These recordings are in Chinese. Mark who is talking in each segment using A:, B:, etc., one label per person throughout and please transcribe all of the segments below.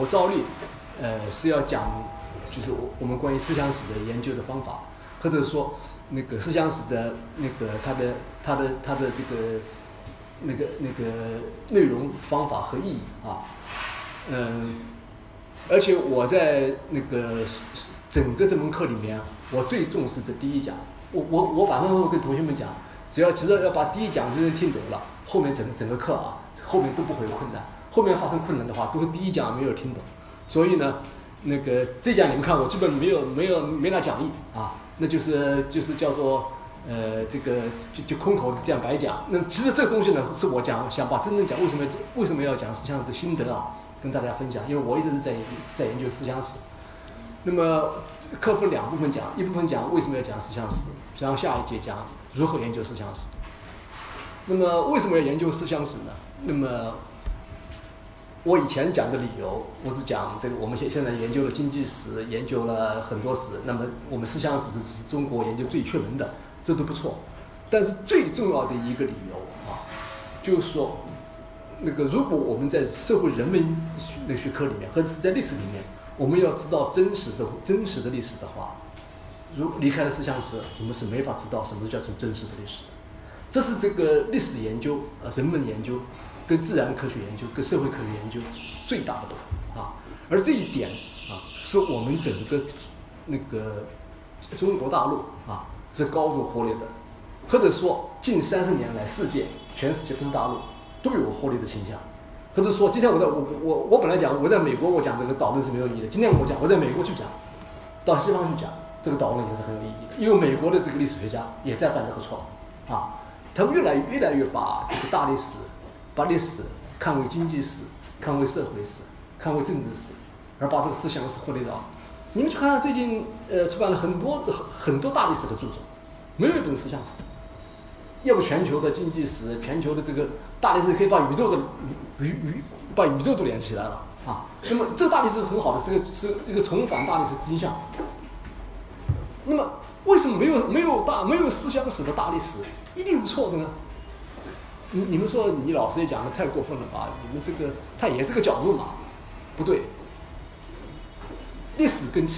A: 照例，是要讲，就是我们关于思想史的研究的方法，或者说那个思想史的那个它的这个那个内容、方法和意义啊，而且我在那个整个这门课里面，我最重视这第一讲。我反正会跟同学们讲，只要把第一讲真正听懂了，后面整个课啊，后面都不会有困难。后面发生困难的话，都是第一讲没有听懂。所以呢，那个这讲你们看，我基本没拿讲义啊，那就是叫做这个就空口子这样白讲。那其实这个东西呢，是我想把真正讲为什么要讲思想史的心得啊，跟大家分享。因为我一直是在研究思想史。那么课分两部分讲，一部分讲为什么要讲思想史，然后下一节讲如何研究思想史。那么为什么要研究思想史呢？那么我以前讲的理由，我是讲这个我们现在研究了经济史，研究了很多史，那么我们思想史是中国研究最缺门的，这都不错。但是最重要的一个理由啊，就是说，那个如果我们在社会人文那个学科里面，或者是在历史里面，我们要知道真实的历史的话，如离开了思想史，我们是没法知道什么叫真实的历史的。这是这个历史研究、人文研究、跟自然科学研究、跟社会科学研究最大的不同啊。而这一点啊，是我们整个那个中国大陆啊是高度活跃的，或者说近30年来，全世界不是大陆都有活跃的倾向。或者说，今天我本来讲我在美国，我讲这个导论是没有意义的。今天我在美国去讲，到西方去讲这个导论也是很有意义的，因为美国的这个历史学家也在犯这个错啊，他们越来越把这个大历史，把历史看为经济史，看为社会史，看为政治史，而把这个思想史忽略掉。你们去看看最近出版了很多大历史的著作，没有一本思想史。要不全球的经济史，全球的这个大历史可以把宇宙都连起来了啊。那么这大历史是很好的，是一个重返大历史的迹象。那么为什么没有思想史的大历史一定是错的呢？你们说你老师也讲的太过分了吧？你们这个它也是个角度嘛？不对，历史跟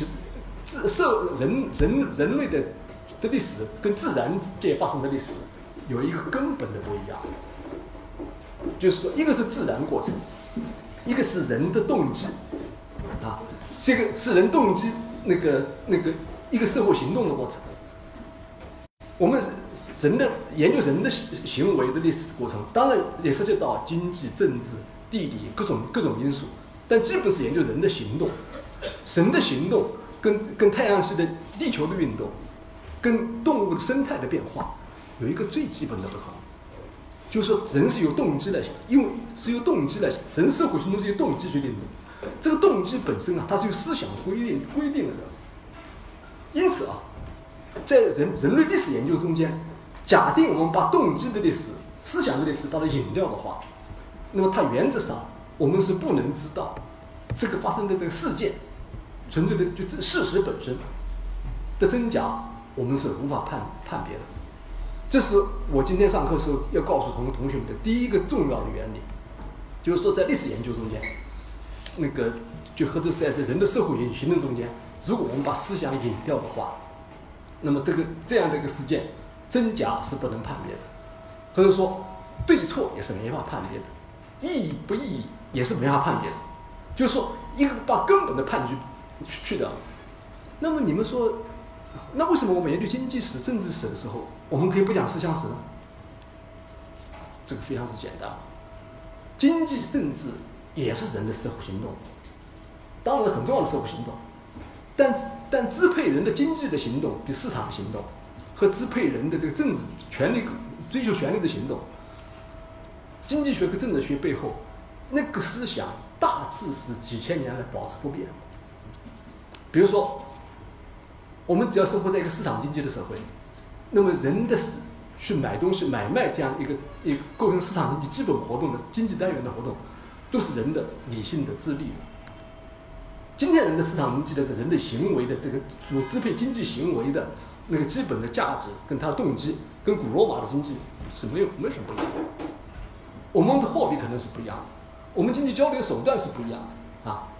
A: 人类的历史跟自然界发生的历史有一个根本的不一样，就是说，一个是自然过程，一个是人的动机，啊，这个是人动机那个一个社会行动的过程。我们研究人的行为的历史过程，当然也涉及到经济、政治、地理各种因素，但基本是研究人的行动。人的行动跟太阳系的地球的运动，跟动物的生态的变化有一个最基本的不同，就是说人是由动机来，因为是由动机来，人社会行动是由动机决定的。这个动机本身啊，它是由思想规定了的。因此啊，在人类历史研究中间，假定我们把动机的历史、思想的历史把它引掉的话，那么它原则上我们是不能知道这个发生的这个事件，纯粹的就这事实本身的真假，我们是无法判别的。这是我今天上课时候要告诉同学们的第一个重要的原理，就是说在历史研究中间，那个就或者是在人的社会行动中间，如果我们把思想引掉的话，那么这样的一个事件真假是不能判别的，或者说对错也是没法判别的，意义不意义也是没法判别的。就是说，一个把根本的判决去掉。那么你们说，那为什么我们研究经济史、政治史的时候，我们可以不讲思想史呢？这个非常之简单，经济、政治也是人的社会行动，当然很重要的社会行动，但支配人的经济的行动，比市场的行动，和支配人的这个政治权利、追求权利的行动，经济学和政治学背后那个思想大致是几千年来保持不变。比如说，我们只要生活在一个市场经济的社会，那么人的去买东西、买卖这样一个构成市场经济基本活动的经济单元的活动，都是人的理性的自律的。今天人的市场经济的人的行为的这个所支配经济行为的那个基本的价值跟它的动机，跟古罗马的经济是没什么不一样的。我们的货币可能是不一样的，我们经济交流手段是不一样的啊。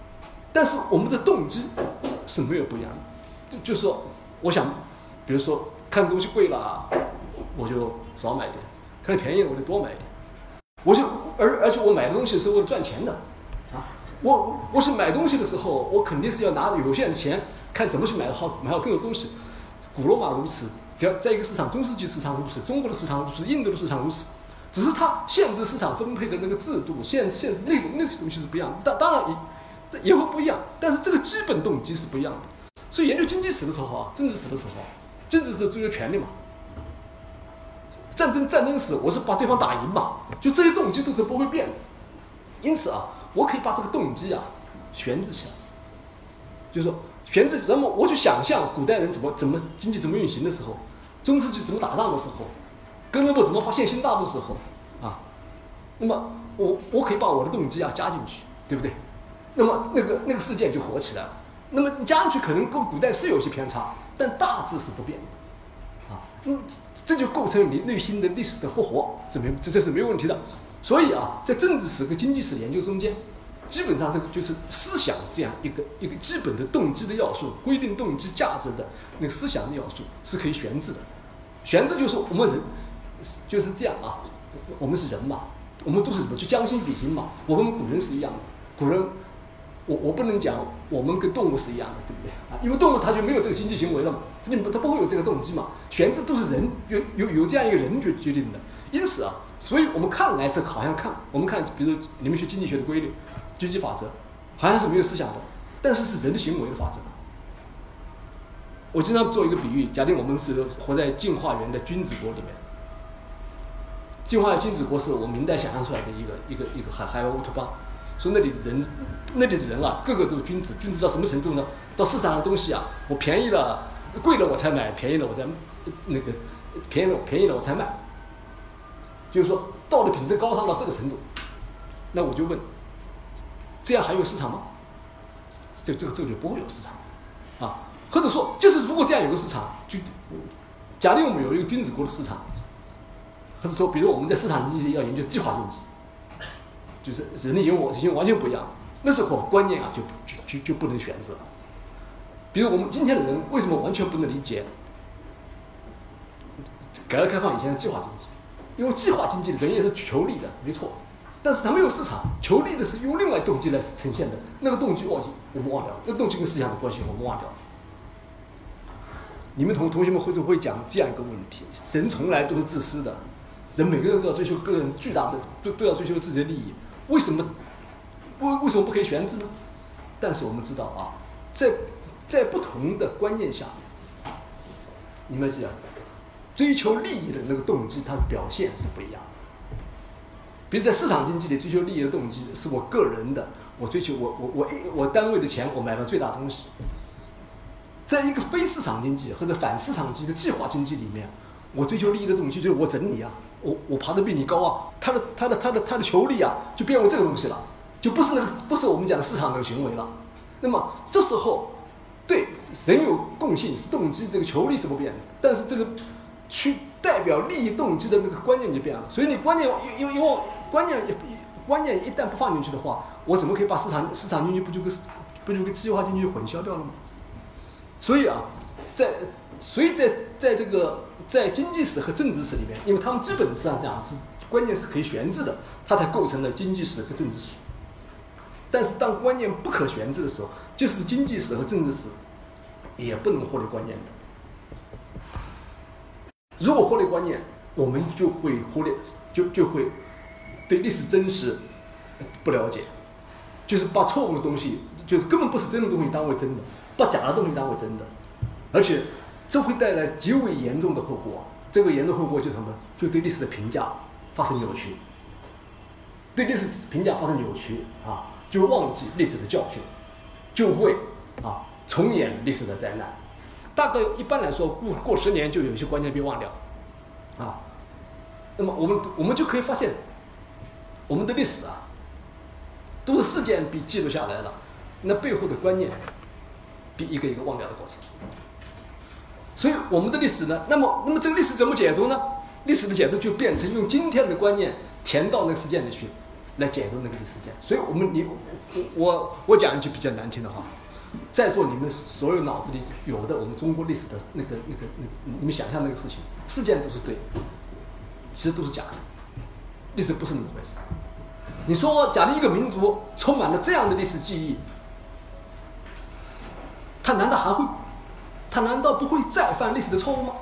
A: 但是我们的动机是没有不一样的。就是说，我想，比如说看东西贵了，我就少买点；看便宜了，我就多买一点。而且我买的东西是为了赚钱的，啊，我是买东西的时候，我肯定是要拿有限的钱，看怎么去买好更多东西。古罗马如此，只要在一个市场，中世纪市场如此，中国的市场如此，印度的市场如此，只是它限制市场分配的那个制度、限制内容那些东西是不一样的。当然也会不一样，但是这个基本动机是不一样的。所以研究经济史的时候啊，政治史的时候，政治是追求权力嘛。战争史，我是把对方打赢嘛，就这些动机都是不会变的。因此啊，我可以把这个动机啊悬置起来，就是说悬置。那么我去想象古代人怎么经济怎么运行的时候，中世纪怎么打仗的时候，哥伦布怎么发现新大陆的时候啊，那么我可以把我的动机啊加进去，对不对？那么那个事件就火起来了。那么你加进去可能跟古代是有些偏差，但大致是不变的，啊，这就构成你内心的历史的复活，这是没有问题的。所以啊，在政治史和经济史研究中间，基本上就是思想这样一个基本的动机的要素，规定动机价值的那个思想的要素是可以悬置的。悬置就是我们人就是这样啊，我们是人嘛，我们都是什么？就将心比心嘛。我们古人是一样的，古人我不能讲我们跟动物是一样的，对不对啊？因为动物它就没有这个经济行为了嘛，它不会有这个动机嘛。悬置都是人有这样一个人决定的，因此啊，所以我们看来是好像我们看，比如你们学经济学的规律、经济法则，好像是没有思想的，但是是人的行为的法则。我经常做一个比喻，假定我们是活在进化园的君子国里面，进化的君子国是我明代想象出来的一个海外乌托邦。说那里的人啊，个个都是君子，君子到什么程度呢？到市场上的东西啊，我便宜了、贵了我才买，便宜了我才便宜了我才卖。就是说，道德品质高尚到这个程度，那我就问，这样还有市场吗？这个就不会有市场啊。或者说，就是如果这样有个市场，就假定我们有一个君子国的市场，或者说，比如我们在市场经济里要研究计划经济。就是人的行为完全不一样，那时候观念啊就不能选择了。比如我们今天的人为什么完全不能理解改革开放以前的计划经济？因为计划经济的人也是求利的，没错，但是他没有市场，求利的是用另外动机来呈现的，那个动机我们忘掉了，那个动机跟思想的关系我们忘掉了。你们同学们会不会讲这样一个问题？人从来都是自私的，人每个人都要追求个人巨大的，都要追求自己的利益。为什么不可以悬置呢？但是我们知道啊，在不同的观念下，你们记得，追求利益的那个动机，它的表现是不一样的。比如在市场经济里，追求利益的动机是我个人的，我追求我单位的钱，我买到最大东西。在一个非市场经济或者反市场经济的计划经济里面，我追求利益的动机就是我整你啊。我爬得比你高啊，他的求利啊，就变为这个东西了，就不是我们讲的市场的行为了。那么这时候，对人有共性是动机，这个求利是不变的，但是这个去代表利益动机的那个观念就变了。所以你观念一旦不放进去的话，我怎么可以把市场经济不就跟计划经济混淆掉了吗？所以啊，在这个在经济史和政治史里面，因为他们基本上讲是观念是可以悬置的，它才构成了经济史和政治史。但是当观念不可悬置的时候，就是经济史和政治史也不能忽略观念的。如果忽略观念，我们就会忽略，就会对历史真实不了解，就是把错误的东西，就是根本不是真的东西当为真的，把假的东西当为真的，而且这会带来极为严重的后果。这个严重后果就是什么？就对历史的评价发生扭曲，对历史评价发生扭曲啊，就忘记历史的教训，就会重演历史的灾难。大概一般来说，过10年就有一些观念被忘掉啊。那么我们就可以发现，我们的历史啊，都是事件被记录下来了，那背后的观念被一个一个忘掉的过程。所以我们的历史呢，那么这个历史怎么解读呢？历史的解读就变成用今天的观念填到那个事件里去， 来解读那个历史事件。所以我讲一句比较难听的话，在座你们所有脑子里有的我们中国历史的那个你们想象那个事情事件都是对的，其实都是假的，历史不是那么回事。你说假如一个民族充满了这样的历史记忆，他难道不会再犯历史的错误吗？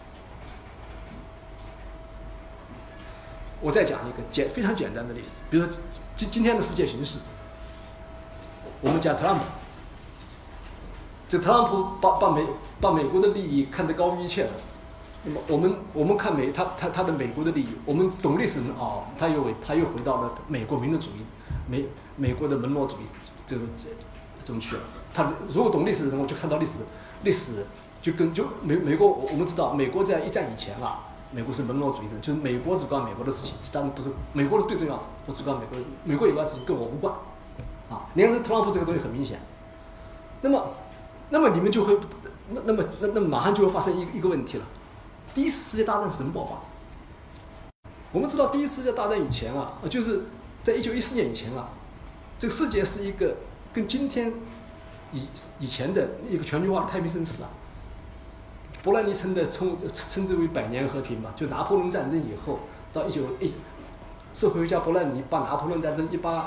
A: 我再讲一个非常简单的例子，比如说今天的世界形势，我们讲特朗普，这特朗普把美国的利益看得高于一切的。那么我们看他的美国的利益，我们懂历史他又回到了美国民族主义，美国的门罗主义这种去了。他如果懂历史的人，我就看到历史就美国，我们知道美国在一战以前啊，美国是门罗主义者，就是美国只管美国的事情，其他人不是美国是最重要的，我只管美国以外的事情跟我无关啊。你看这特朗普这个东西很明显，那么你们就会那么马上就会发生一个问题了。第一次世界大战是什么爆发的？我们知道第一次世界大战以前啊，就是在1914年以前啊，这个世界是一个跟今天以前的一个全球化的太平盛世啊。波兰尼称之为百年和平嘛，就拿破仑战争以后到社会学家波兰尼把拿破仑战争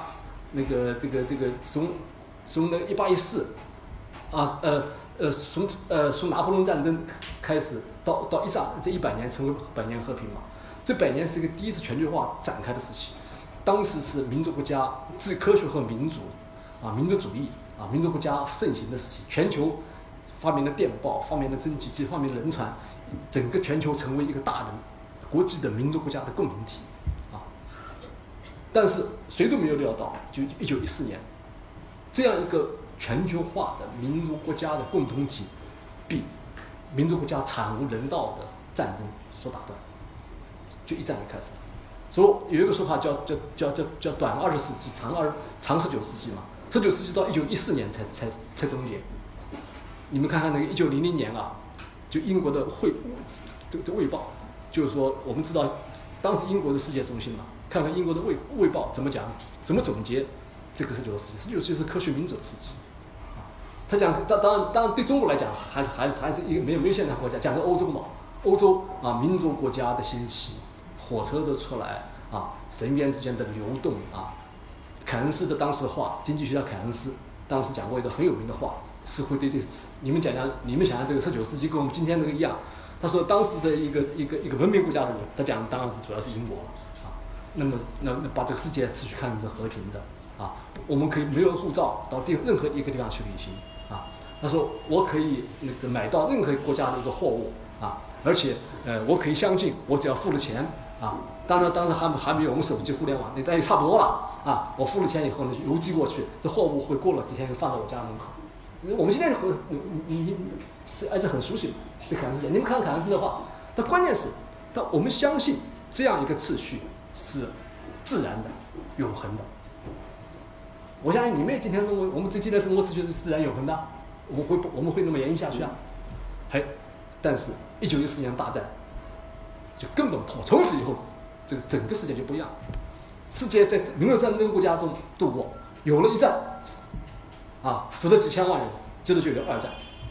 A: 从那个1814啊从拿破仑战争开始到一战这100年成为百年和平嘛。这100年是一个第一次全球化展开的时期，当时是民族国家科学和民族主义民族国家盛行的时期，全球发明了电报，发明了蒸汽机，发明了轮船，整个全球成为一个大的国际的民族国家的共同体啊。但是谁都没有料到，就1914年，这样一个全球化的民族国家的共同体，被民族国家惨无人道的战争所打断，就一战就开始了。所以有一个说法叫短20世纪，长19世纪嘛。19世纪到1914年才终结。你们看看那个1900年啊，就英国的卫报，就是说我们知道当时英国的世界中心嘛，看看英国的卫报怎么讲，怎么总结这个19世纪。19世纪是科学民主世纪啊。他讲当然对中国来讲还是一个没有现代国家，讲的欧洲嘛，欧洲民族国家的兴起，火车的出来人员之间的流动凯恩斯的当时的话，经济学家凯恩斯当时讲过一个很有名的话，是会对你们想想这个19世纪跟我们今天这个一样。他说当时的一个文明国家的人，他讲当然是主要是英国那把这个世界持续看成是和平的我们可以没有护照到任何一个地方去旅行他说我可以买到任何国家的一个货物而且我可以相信我只要付了钱当然当时还没有我们手机互联网，那也差不多了我付了钱以后呢，邮寄过去，这货物会过了几天就放到我家门口。我们现在是很熟悉的这凯恩斯，你们看凯恩斯的话，但关键是我们相信这样一个次序是自然的、永恒的。我相信你们也今天认为我们这今天生活次序是自然永恒的，我们会那么延续下去但是1914年大战就根本破，从此以后这个整个世界就不一样。世界在没有战争国家中度过，有了一战死了几千万人，接着就有二战，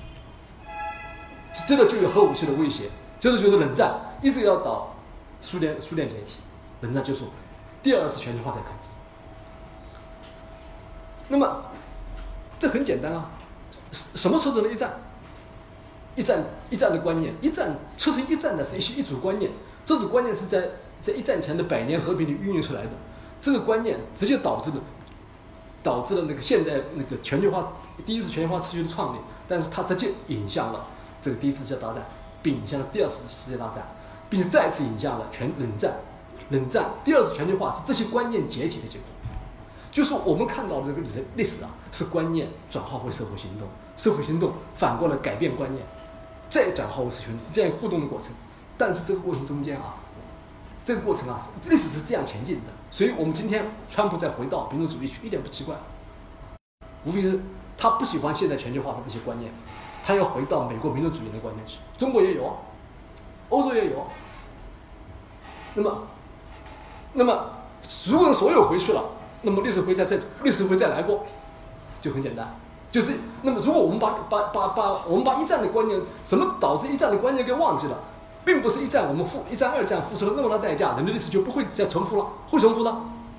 A: 接着就有核武器的威胁，接着就是冷战，一直要到苏联解体，冷战结束，第二次全球化才开始。那么这很简单什么促成了一战？一战的观念，促成一战的是一组观念，这组观念是在一战前的100年和平里孕育出来的。这个观念直接导致了那个现代那个第一次全球化秩序的创立，但是它直接引向了这个第一次世界大战，并引向了第二次世界大战，并且再次引向了冷战。第二次全球化是这些观念解体的结果。就是我们看到的这个历史是观念转化为社会行动，社会行动反过来改变观念，再转化为社会行动，是这样互动的过程。但是这个过程中间这个过程历史是这样前进的。所以我们今天川普再回到民族主义去，一点不奇怪，无非是他不喜欢现在全球化的这些观念，他要回到美国民族主义的观念去。中国也有，欧洲也有。那么如果所有回去了， 那么历史会再来过，就很简单。就是那么，如果我们把一战的观念，什么导致一战的观念给忘记了，并不是一战我们一战二战付出了那么大代价，人类历史就不会再重复了，会重复的。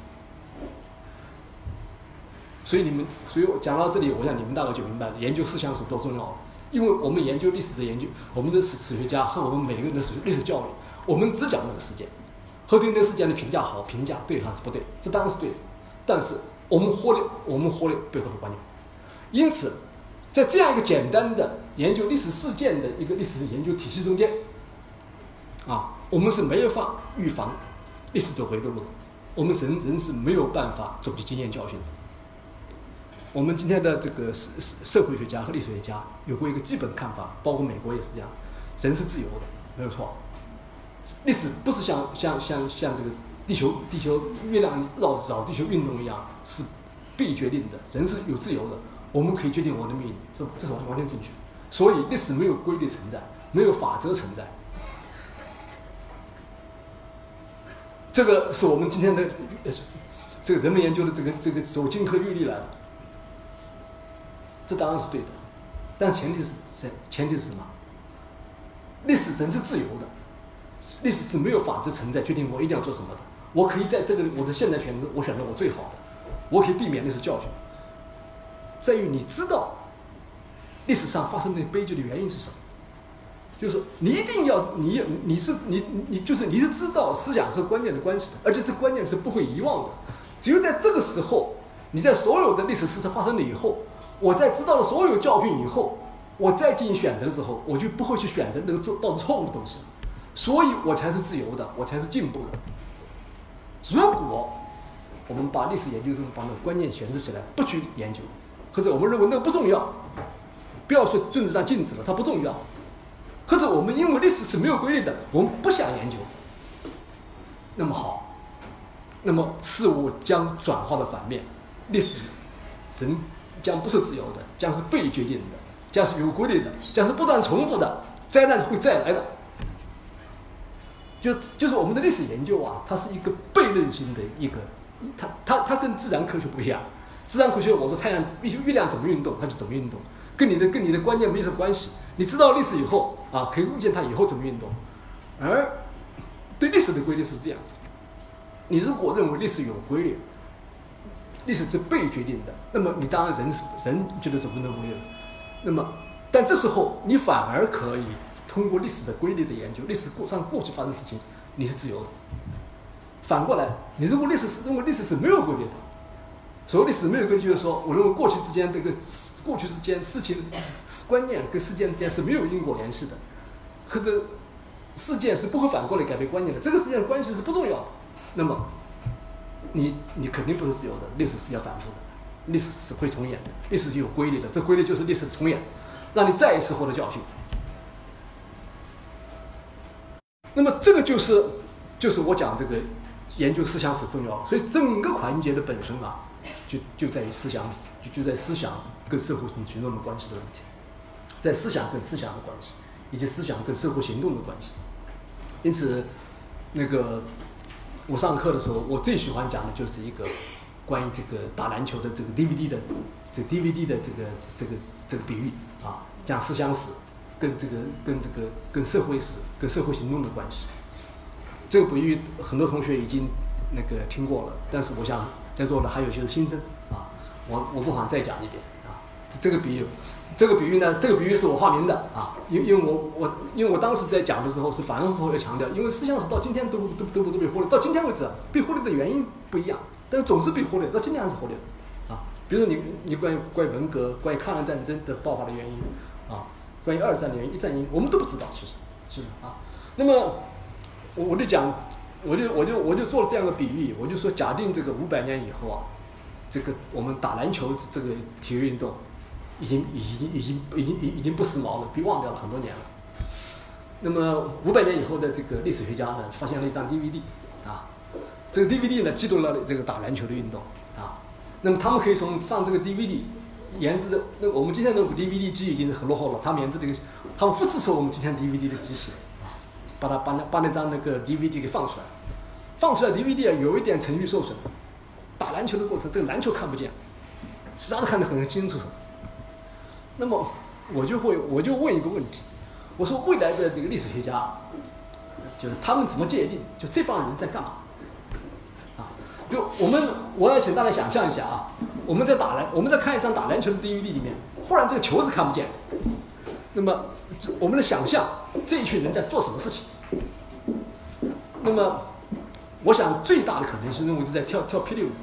A: 所以我讲到这里，我想你们大概就明白了，研究思想史多重要了。因为我们研究历史的研究，我们的史学家和我们每个人的历史教育，我们只讲那个事件，和对那个事件的评价好、评价对还是不对，这当然是对的。但是我们忽略背后的观念。因此，在这样一个简单的研究历史事件的一个历史研究体系中间，我们是没有法预防历史走回头路的，我们人是没有办法总结经验教训的。我们今天的这个社会学家和历史学家有过一个基本看法，包括美国也是这样，人是自由的，没有错。历史不是像这个地球月亮绕地球运动一样是被决定的，人是有自由的，我们可以决定我的命运，这是完全正确。所以历史没有规律存在，没有法则存在。这个是我们今天的这个人们研究的这个走经和阅历来了。这当然是对的，但前提是什么？历史人是自由的，历史是没有法则存在决定我一定要做什么的。我可以在这个我的现在选择，我选择我最好的，我可以避免历史教训。在于你知道历史上发生的悲剧的原因是什么，就是说你一定要你是知道思想和观念的关系的，而且这观念是不会遗忘的。只有在这个时候，你在所有的历史事实发生了以后，我在知道了所有教训以后，我再进行选择的时候，我就不会去选择那个导致错误的东西了，所以我才是自由的，我才是进步的。如果我们把历史研究中把那个观念选择起来，不去研究，或者我们认为那个不重要，不要说政治上禁止了，它不重要，或者我们因为历史是没有规律的，我们不想研究，那么好，那么事物将转化的反面，历史人将不是自由的，将是被决定的，将是有规律的，将是不断重复的，灾难会再来的。就是我们的历史研究它是一个悖论性的一个，它跟自然科学不一样。自然科学我说太阳、月亮怎么运动，它就怎么运动，跟你的观念没什么关系。你知道历史以后可以预见它以后怎么运动。而对历史的规律是这样子，你如果认为历史有规律，历史是被决定的，那么你当然人觉得是无能为力的。那么，但这时候你反而可以通过历史的规律的研究，历史上过去发生的事情，你是自由的。反过来，你如果认为历史是没有规律的，所谓历史没有规律，就是说，我认为过去之间事情观念跟事件之间是没有因果联系的，或者事件是不会反过来改变观念的，这个之间的关系是不重要的。那么，你肯定不是自由的，历史是要反复的，历史是会重演的，历史是有规律的，这规律就是历史重演，让你再一次获得教训。那么这个就是我讲这个研究思想史重要，所以整个环节的本身就在于思想史，就在思想跟社会行动的关系的问题，在思想跟思想的关系，以及思想跟社会行动的关系。因此，我上课的时候，我最喜欢讲的就是一个关于这个打篮球的这个 DVD 的这个比喻讲思想史跟社会史跟社会行动的关系。这个比喻很多同学已经听过了，但是我想在座的还有些新生我不妨再讲一遍这个比喻呢，这个比喻是我发明的因为我当时在讲的时候是反复要强调，因为思想史到今天都被忽略，到今天为止被忽略的原因不一样，但是总是被忽略，到今天还是忽略的比如说你关于文革、关于抗日战争的爆发的原因关于二战的原因、一战原因，我们都不知道，其实那么我就做了这样的比喻，我就说假定这个500年以后这个我们打篮球这个体育运动已经不时髦了，被忘掉了很多年了。那么500年以后的这个历史学家呢，发现了一张 DVD 这个 DVD 呢记录了这个打篮球的运动那么他们可以放这个 DVD， 研制的我们今天的DVD 机已经很落后了，他们复制出我们今天 DVD 的机器把那张DVD 给放出来 DVD 有一点程序受损， 打篮球的过程，这个篮球看不见，其他的看得很清楚。那么我就问一个问题，我说未来的这个历史学家，就是他们怎么界定，就这帮人在干嘛？啊，就我要请大家想象一下啊，我们在看一张打篮球的 DVD 里面，忽然这个球是看不见的，那么我们的想象这一群人在做什么事情？那么我想最大的可能性认为是在跳霹雳舞，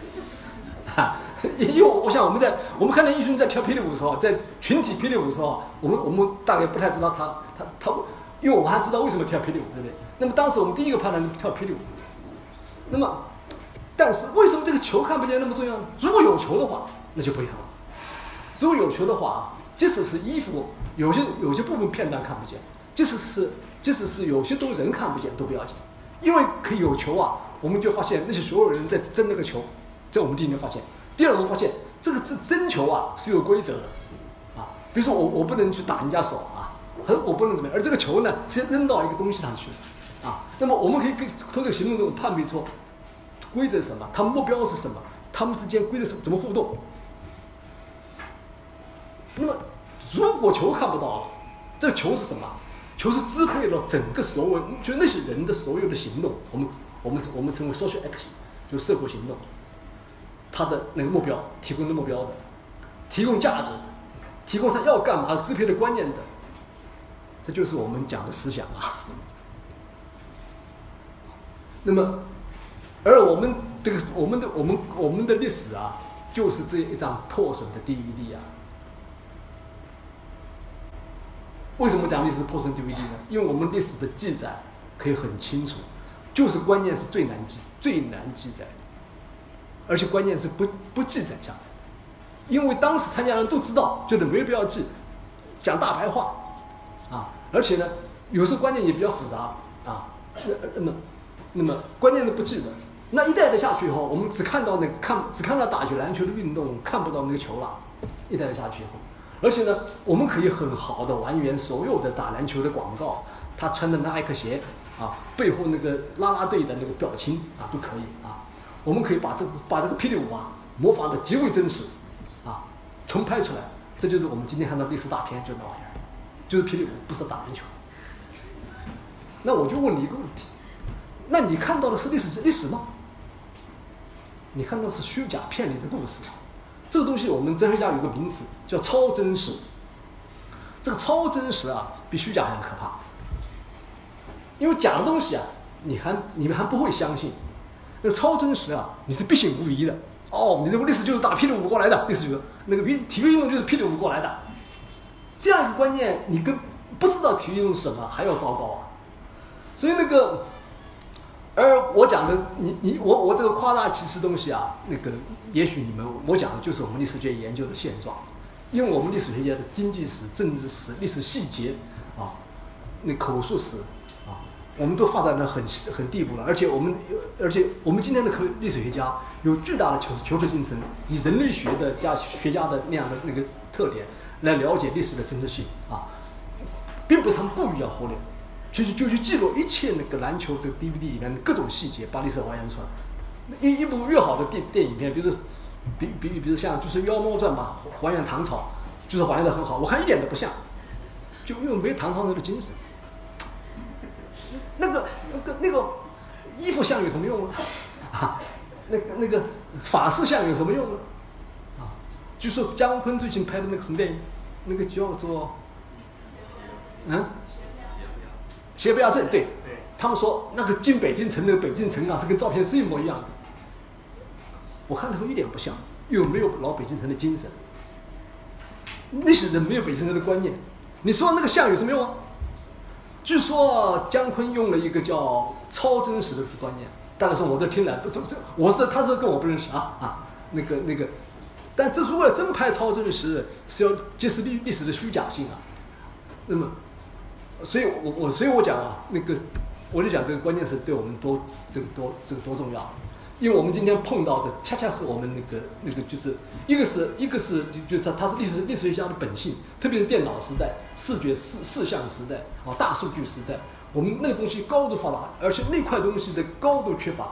A: 因为我想我们看到一群人在跳霹雳舞的时候，在群体霹雳舞的时候，我们大概不太知道他，因为我还知道为什么跳霹雳舞，对不对？那么当时我们第一个判断是跳霹雳舞。那么，但是为什么这个球看不见那么重要呢？如果有球的话，那就不一样了。如果有球的话，即使是衣服有些部分片段看不见，即使是有些人看不见都不要紧，因为可以有球啊，我们就发现那些所有人在争那个球，这我们第一个发现。第二，我们发现这争球啊是有规则的啊，比如说我不能去打人家手啊，我不能怎么样，而这个球呢是扔到一个东西上去啊，那么我们可以从这个行动中判别出规则是什么，他们目标是什么，他们之间规则怎么互动。那么如果球看不到了，这个球是什么？球是支配了整个所有，就那些人的所有的行动，我们称为 social action， 就是社会行动。他的那个目标，提供的目标的，提供价值的，提供他要干嘛支配的观念的，这就是我们讲的思想啊。那么，而我们的历史啊，就是这一张破损的 DVD 啊。为什么讲历史破损 DVD 呢？因为我们历史的记载可以很清楚，就是关键是最难记载的。而且关键是不记载下来的，因为当时参加人都知道，觉得没有必要记，讲大白话，啊，而且呢，有时候观念也比较复杂啊，那么关键的不记得，那一代的下去以后，我们只看到打球篮球的运动，看不到那个球了，一代的下去以后，而且呢，我们可以很好的还原所有的打篮球的广告，他穿的耐克鞋啊，背后那个啦啦队的那个表情啊，都可以啊。我们可以把这个霹雳舞啊模仿的极为真实，啊，重拍出来，这就是我们今天看到历史大片，就那玩意儿，就是霹雳舞，不是打篮球。那我就问你一个问题，那你看到的是历史吗？你看到的是虚假骗你的故事。这个东西我们哲学家有个名词叫超真实。这个超真实啊，比虚假还可怕，因为假的东西啊，你们还不会相信。那个超真实啊，你是必信无疑的。哦，你这个历史就是打霹雳舞过来的，历史就是那个体育运动就是霹雳舞过来的。这样一个观念，你跟不知道体育运动是什么还要糟糕啊。所以而我讲的我这个夸大其词东西啊，也许我讲的就是我们历史学研究的现状，因为我们历史学家的经济史、政治史、历史细节啊，那口述史。我们都发展得很地步了，而且我们今天的历史学家有巨大的求是精神，以人类学的学家的那样的那个特点来了解历史的真实性啊，并不是他们故意要忽略，就去记录一切那个篮球这个 DVD 里面的各种细节，把历史还原出来。一部越好的电影片，比如像就是《妖猫传》吧，还原唐朝，就是还原得很好，我看一点都不像，就因为没有唐朝人的精神。那个衣服像有什么用啊？那个法式像有什么用呢？啊，据说姜昆最近拍的那个什么电影，那个叫做邪不压正，对，他们说那个进北京城那个北京城啊，是跟照片是一模一样的。我看了后一点不像，又没有老北京城的精神。那些人没有北京人的观念，你说那个像有什么用啊？据说姜昆用了一个叫超真实的观念，大家说我这听了，他说跟我不认识那个，但这如果要真拍超真实，是要揭示历史的虚假性啊。那么，所以我讲啊，我就讲这个观念是对我们多重要。因为我们今天碰到的恰恰是我们就是一个是就是它是历史学家的本性，特别是电脑时代、视像时代大数据时代，我们那个东西高度发达，而且那块东西的高度缺乏，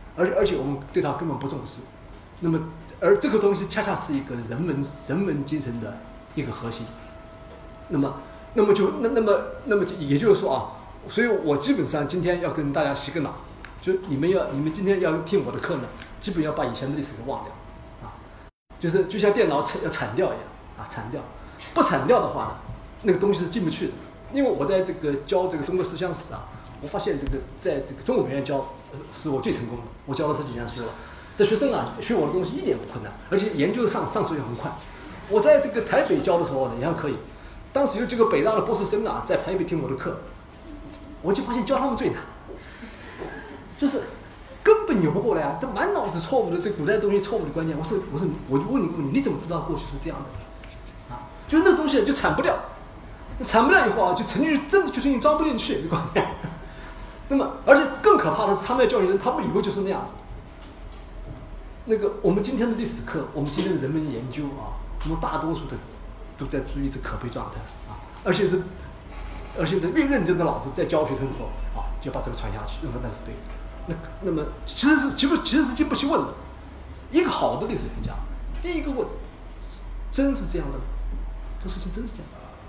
A: 而且我们对它根本不重视。那么，而这个东西恰恰是一个人文精神的一个核心。那么也就是说啊，所以我基本上今天要跟大家洗个脑，就你们今天要听我的课呢，基本要把以前的历史给忘掉，啊，就像电脑要铲掉一样啊，铲掉，不铲掉的话呢，那个东西是进不去的。因为我在这个教这个中国思想史啊，我发现这个在这个中国美院教是我最成功的，我教了十几年书了，这学生啊学我的东西一点不困难，而且研究上手也很快。我在这个台北教的时候呢，也还可以。当时有几个北大的博士生啊，在台北听我的课，我就发现教他们最难，就是根本扭不过来啊，都满脑子错误的对古代东西错误的观念。我就问你，你怎么知道过去是这样的？啊，就那东西就铲不掉，铲不掉以后啊，就真的就是你装不进去的观念。那么，而且更可怕的是，他们要教育人，他们以为就是那样子。那个我们今天的历史课，我们今天的人文研究啊，我们大多数的都在处于这可悲状态啊，而且越认真的老师在教学生的时候啊，就把这个传下去，认为那是对的。那么其实是经不起问的。一个好的历史学家，第一个问：真是这样的吗？这事情真是这样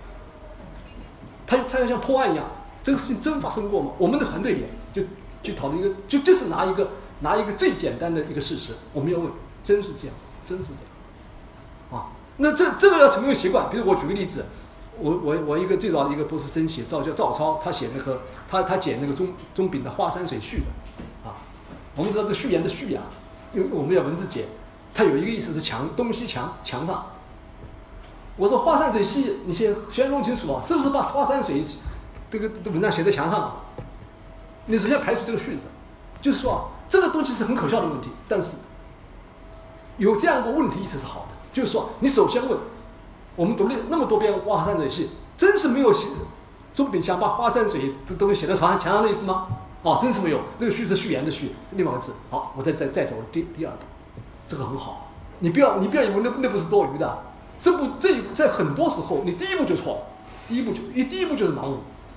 A: 的？他要像破案一样，这个事情真发生过吗？我们的团队里就讨论一个，就是拿一个最简单的一个事实，我们要问：真是这样？真是这样？啊？那这个要成为习惯。比如我举个例子，我一个最早的一个博士生写叫赵超，他写那个他解那个钟炳的《华山水序》的啊。我们知道这序言的序啊，因为我们要文字解，它有一个意思是东西墙上。我说华山水系，你先弄清楚啊，是不是把华山水这个文章写在墙上？你首先排除这个序字，就是说啊，这个东西是很可笑的问题，但是有这样一个问题意识是好的。就是说，你首先问，我们读了那么多遍《华山水系》，真是没有钟炳想把华山水的东西写在墙上的意思吗？哦，真是没有。这个序是序言的序，另外一个字。好，我再走第二步，这个很好。你不要以为那不是多余的。这在很多时候，你第一步就错了，第一步就是盲目。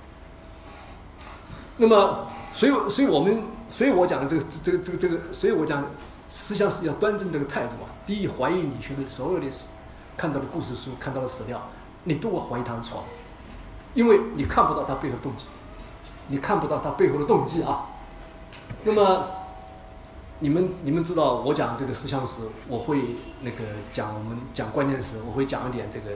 A: 那么，所以我讲的这个，所以我讲思想史要端正这个态度啊。第一，怀疑你学的所有历史，看到的故事书，看到的史料，你都怀疑它是错的，因为你看不到它背后的动机，啊。那么，你们知道，我讲这个思想史，我会那个我们讲关键时，我会讲一点这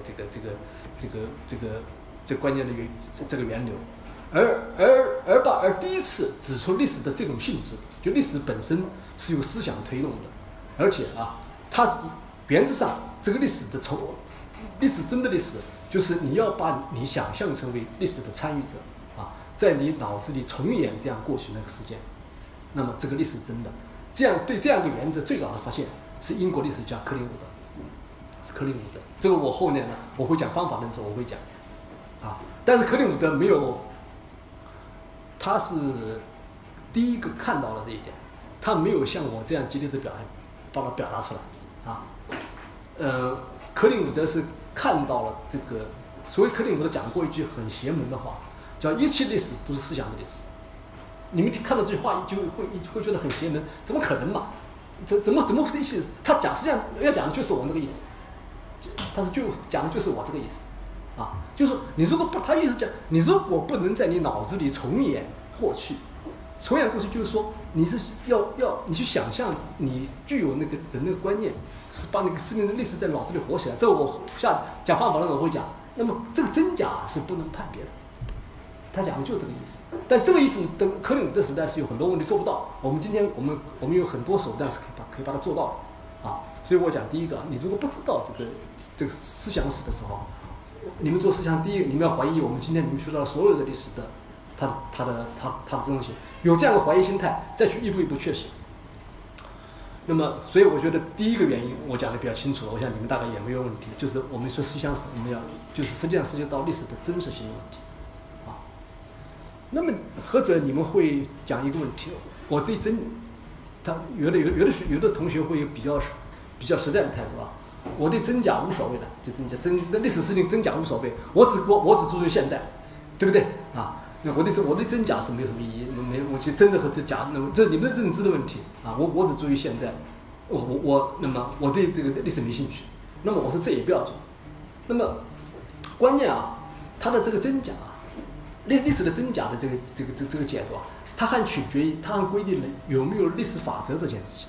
A: 个关键的这个源流。而第一次指出历史的这种性质，就历史本身是由思想推动的，而且啊，它原则上这个历史真的历史，就是你要把你想象成为历史的参与者啊，在你脑子里重演这样过去那个事件，那么这个历史是真的。这样一个原则最早的发现是英国历史家柯林伍德，这个我后面呢我会讲方法论的时候我会讲啊，但是柯林伍德没有。他是第一个看到了这一点，他没有像我这样激烈的把它表达出来啊。柯林伍德是看到了这个，所以柯林伍德讲过一句很邪门的话，叫一切历史都是思想的历史。你们看到这句话就会觉得很邪门，怎么可能嘛？怎么是一切？他实际上要讲的就是我那个意思，他就讲的就是我这个意思。啊，就是你如果不，他意思讲，你如果不能在你脑子里重演过去，就是说，你是要你去想象，你具有那个人的观念，是把那个事情的历史在脑子里活起来。这个我下讲方法论我会讲。那么这个真假是不能判别的，他讲的就这个意思。但这个意思等柯林伍德时代是有很多问题做不到。我们今天我们有很多手段是可以把它做到的啊。所以我讲第一个，你如果不知道这个思想史的时候。你们做思想，第一，你们要怀疑我们今天你们学到所有的历史的，它的真正性，有这样的怀疑心态，再去一步一步确实。那么，所以我觉得第一个原因我讲的比较清楚了，我想你们大概也没有问题，就是我们说思想史，你们要就是实际上涉及到历史的真实性的问题，啊。那么或者你们会讲一个问题，我对他有的同学会有比较实在的态度啊。我对真假无所谓的，就历史事情真假无所谓，我只注重现在，对不对啊？ 那我对真假是没有什么意义，我觉得真的和这假，那么这你们的认知的问题啊，我只注意现在，那么我对这个历史没兴趣，那么我说这也不要紧，那么关键啊，它的这个真假啊，历史的真假的这个解读啊，它还取决于它还规定了有没有历史法则这件事情，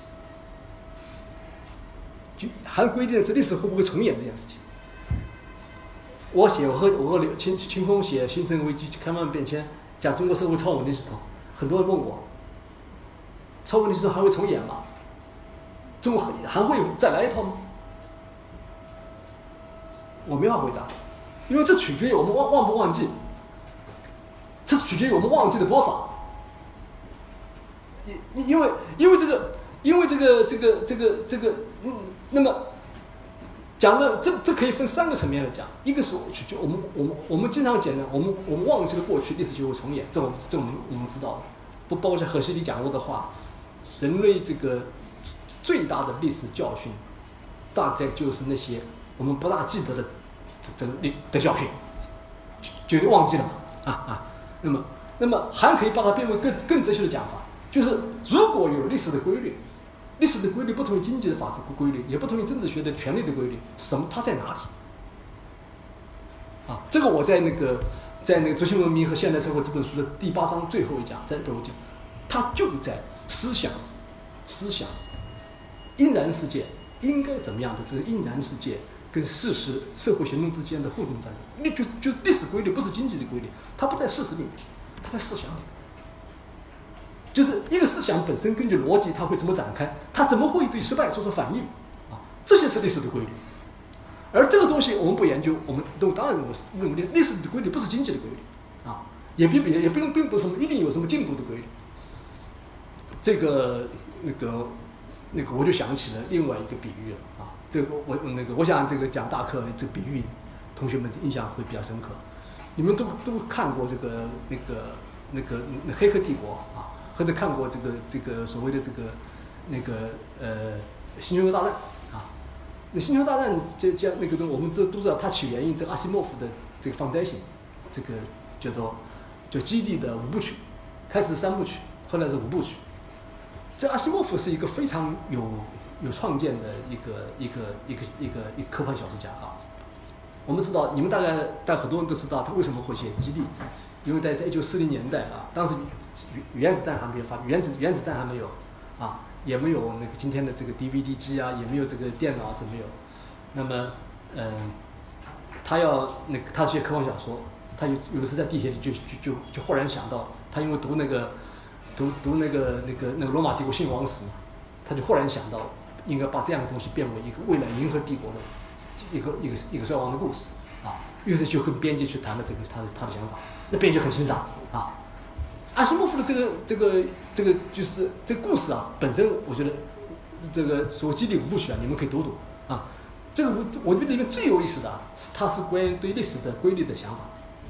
A: 就还规定了这历史会不会重演这件事情。我和清风写《新生危机开慢变迁》，讲中国社会超稳定系统，很多人问我，超稳定系统还会重演吗？中国还会再来一套吗？我没法回答，因为这取决于我们忘不忘记，这取决于我们忘记了多少。因为这个，那么。讲的这可以分3个层面来讲，一个是取决我们经常讲的，我们忘记了过去，历史就会重演，这我们知道的，不包括像荷西里讲过的话，人类这个最大的历史教训，大概就是那些我们不大记得的教训，就忘记了嘛那么还可以把它变为更哲学的讲法，就是如果有历史的规律。历史的规律不同于经济的法则规律，也不同于政治学的权利的规律，它在哪里？啊，这个我在那个《轴心文明和现代社会》这本书的第8章最后一讲，在最后讲，它就在思想、应然世界应该怎么样的这个应然世界跟事实、社会行动之间的互动战略，就历史规律不是经济的规律，它不在事实里面，它在思想里面。就是一个思想本身根据逻辑，它会怎么展开，它怎么会对失败做出反应啊？这些是历史的规律。而这个东西我们不研究，我们当然认为历史的规律不是经济的规律啊，也并不是什么一定有什么进步的规律。这个我就想起了另外一个比喻了啊。这个我想这个讲大课这个比喻，同学们印象会比较深刻。你们都看过这个黑客帝国啊。或者看过这个所谓的星球大战啊，那星球大战我们都知道，它起源于这个阿西莫夫的这个 foundation， 这个叫基地的5部曲，开始3部曲，后来是5部曲。这阿西莫夫是一个非常有创建的一个科幻小说家啊。我们知道，你们但很多人都知道他为什么会写基地，因为在1940年代啊，当时原子弹还没有原子弹还没有啊，也没有那个今天的这个 DVD 机啊，也没有这个电脑是没有。那么他写科幻小说，他有一次在地铁里就忽然想到，他因为读那个罗马帝国兴亡史嘛，他就忽然想到应该把这样的东西变为一个未来银河帝国的一个衰亡的故事啊，于是就跟编辑去谈了他的想法，那编辑很欣赏啊。阿西莫夫的这个就是这个故事啊，本身我觉得这个所谓基地5部曲啊，你们可以读读啊。这个我觉得里面最有意思的它是关于对历史的规律的想法。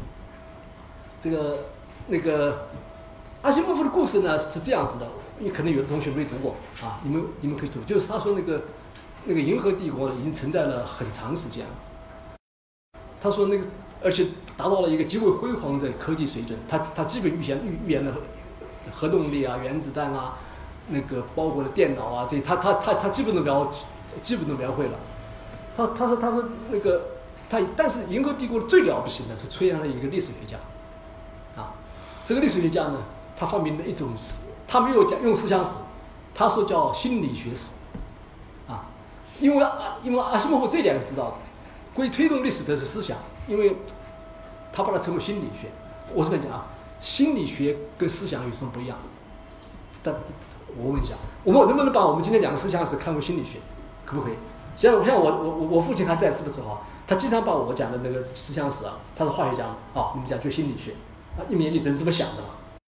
A: 阿西莫夫的故事呢是这样子的，你可能有的同学没读过啊，你们可以读，就是他说那个银河帝国呢已经存在了很长时间了。他说而且达到了一个极为辉煌的科技水准，他基本预言了核动力啊、原子弹啊，包括了电脑啊，这他基本都描绘了。他说但是银河帝国最了不起的是出现了一个历史学家，啊，这个历史学家呢，他发明了一种，他没有用思想史，他说叫心理学史，啊，因为阿西莫夫这2个知道的。关于推动历史的是思想，因为他把它称为心理学。我是跟你讲啊，心理学跟思想有什么不一样？但我问一下，我们能不能把我们今天讲的思想史看为心理学？可不可以？像我父亲还在世的时候，他经常把我讲的那个思想史啊，他是化学家啊，你们讲就心理学啊，一年里人怎么想的嘛？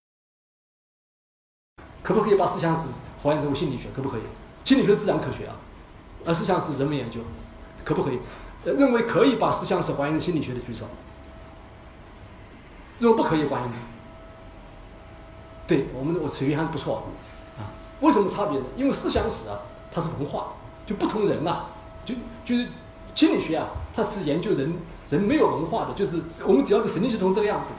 A: 可不可以把思想史还原成为心理学？可不可以？心理学自然科学啊，而思想史人文研究，可不可以？认为可以把思想史还原成心理学的举手，认为不可以还原的，对我水平还是不错的啊。为什么差别呢？因为思想史啊，它是文化，就不同人啊，就是心理学啊，它是研究人没有文化的，就是我们只要是神经系统这个样子的，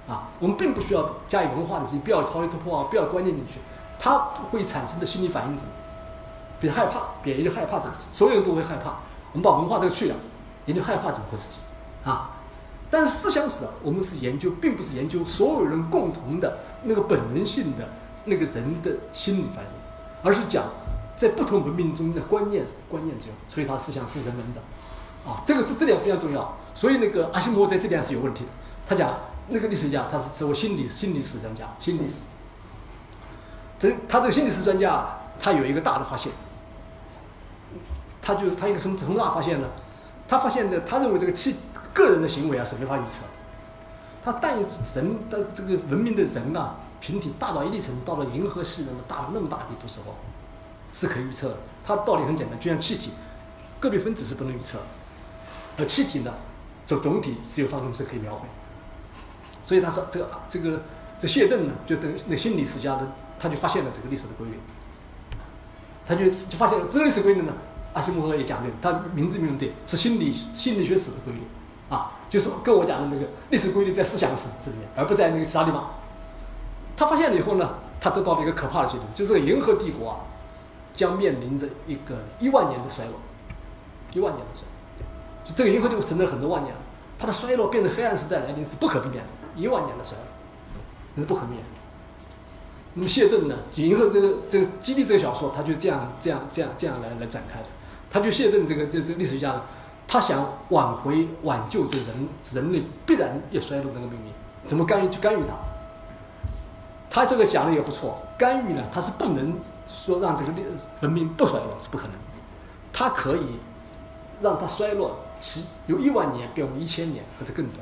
A: 啊，我们并不需要加以文化的事情，不要超越突破啊，不要观念进去，它会产生的心理反应是什么？比如害怕，别人就害怕这个事情，所有人都会害怕。我们把文化这个去掉，研究害怕怎么回事情啊？但是思想史啊，我们是研究，并不是研究所有人共同的那个本能性的那个人的心理反应，而是讲在不同文明中的观念中，所以他思想是人文的啊，这点非常重要。所以那个阿西莫在这点是有问题的。他讲那个历史学家，他是作为心理史专家，心理史。他这个心理史专家，他有一个大的发现，他一个什么大发现呢？他发现的，他认为这个个人的行为啊是没法预测。他但人的这个文明的人啊，群体大到一定程度，到了银河系那么大地步时候，是可以预测的。它道理很简单，就像气体，个别分子是不能预测的，而气体呢，总体只有方程式可以描绘。所以他说这谢顿呢，就等那心理学家的，他就发现了这个历史的规律。他就发现了这个历史规律呢，阿西莫夫也讲对了，他名字对，是心理学史的规律啊，就是跟我讲的那个历史规律在思想史里面，而不在那个其他地方。他发现了以后呢，他得到了一个可怕的结论，就是这个银河帝国啊，将面临着一个1万年的衰落，1万年的衰落。就这个银河帝国存在很多万年了，它的衰落变成黑暗时代来临是不可避免的，1万年的衰落，那是不可避免的。那么谢顿呢，银河这个基地这个小说，他就这样来展开的。他就谢顿这个历史学家呢，他想挽救这人类必然要衰落的那个命运，怎么干预它？他这个讲的也不错，干预呢，他是不能说让这个文明不衰落，是不可能。他可以让它衰落期由1万年变为1000年或者更短。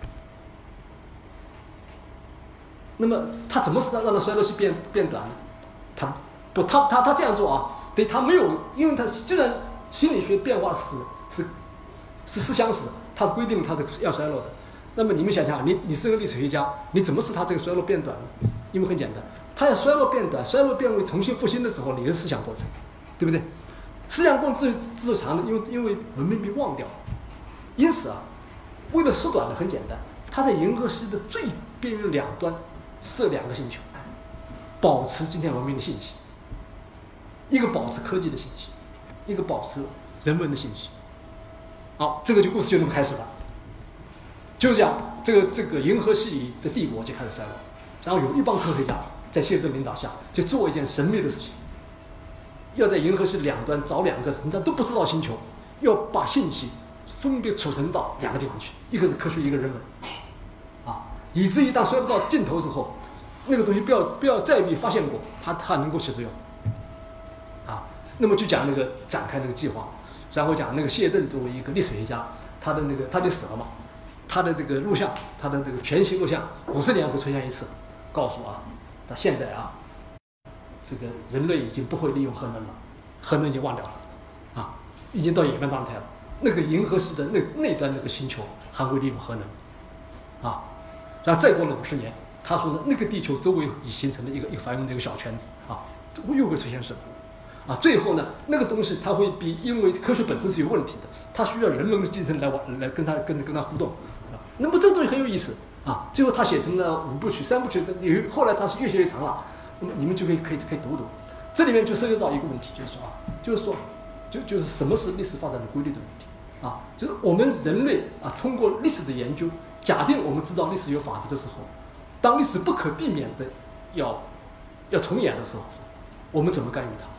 A: 那么他怎么让它衰落期变短呢？他这样做啊，对他没有，因为他既然心理学变化是思想史，它规定它是要衰落的。那么你们想想，你是个历史学家，你怎么使它这个衰落变短呢？因为很简单，它要衰落变短，衰落变为重新复兴的时候，你的思想过程，对不对？思想过程之长呢，因为文明被忘掉，因此啊，为了缩短的很简单，它在银河系的最边缘两端设2个星球，保持今天文明的信息，一个保持科技的信息，一个保持人文的信息。好，这个故事就这么开始了。就这样，这个银河系的帝国就开始衰落，然后有一帮科学家在谢顿领导下，就做一件神秘的事情，要在银河系两端找2个人家都不知道星球，要把信息分别储存到2个地方去，一个是科学，一个人文，啊，以至于当衰落到尽头的时候，那个东西不要再被发现过，它能够起作用，啊，那么就讲那个展开那个计划，然后讲那个谢顿作为一个历史学家，他就死了嘛。他的这个录像，他的这个全息录像，50年会出现一次，告诉啊，他现在啊，这个人类已经不会利用核能了，核能已经忘掉了，啊，已经到野蛮状态了。那个银河系的那端那个星球还会利用核能，啊，然后再过了50年，他说呢，那个地球周围已形成了一个繁荣的一个小圈子，啊，又会出现什么？啊，最后呢，那个东西它会因为科学本身是有问题的，它需要人文的精神来跟它互动。那么这个东西很有意思啊！最后他写成了5部曲、3部曲，后来他是越写越长了。那么你们就可以读读，这里面就涉及到一个问题，就是什么是历史发展的规律的问题啊？就是我们人类啊，通过历史的研究，假定我们知道历史有法则的时候，当历史不可避免的要重演的时候，我们怎么干预它？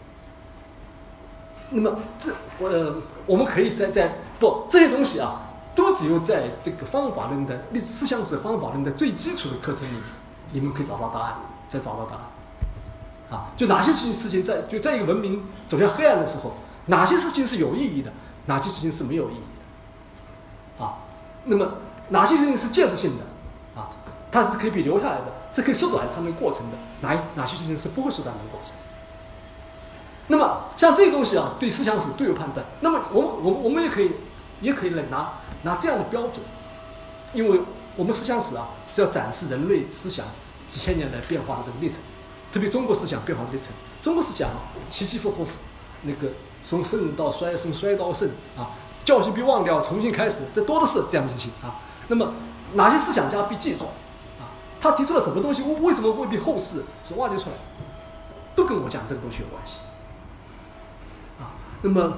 A: 那么我们可以这些东西啊。都只有在这个方法论的历史思想史方法论的最基础的课程里面，你们可以找到答案，再找到答案，啊，就哪些事情在一个文明走向黑暗的时候，哪些事情是有意义的，哪些事情是没有意义的，啊，那么哪些事情是介质性的，啊，它是可以被留下来的，是可以缩短它那个过程的，哪些事情是不会缩短的过程。那么像这些东西啊，对思想史都有判断。那么我们也可以来拿这样的标准，因为我们思想史啊是要展示人类思想几千年来变化的这个历程，特别中国思想变化的历程。中国思想起起伏伏，那个从盛到衰，从衰到盛啊，教训被忘掉，重新开始，这多的是这样的事情啊。那么哪些思想家被记住， 他提出了什么东西，为什么会被后世所挖掘出来，都跟我讲这个东西有关系。啊，那么，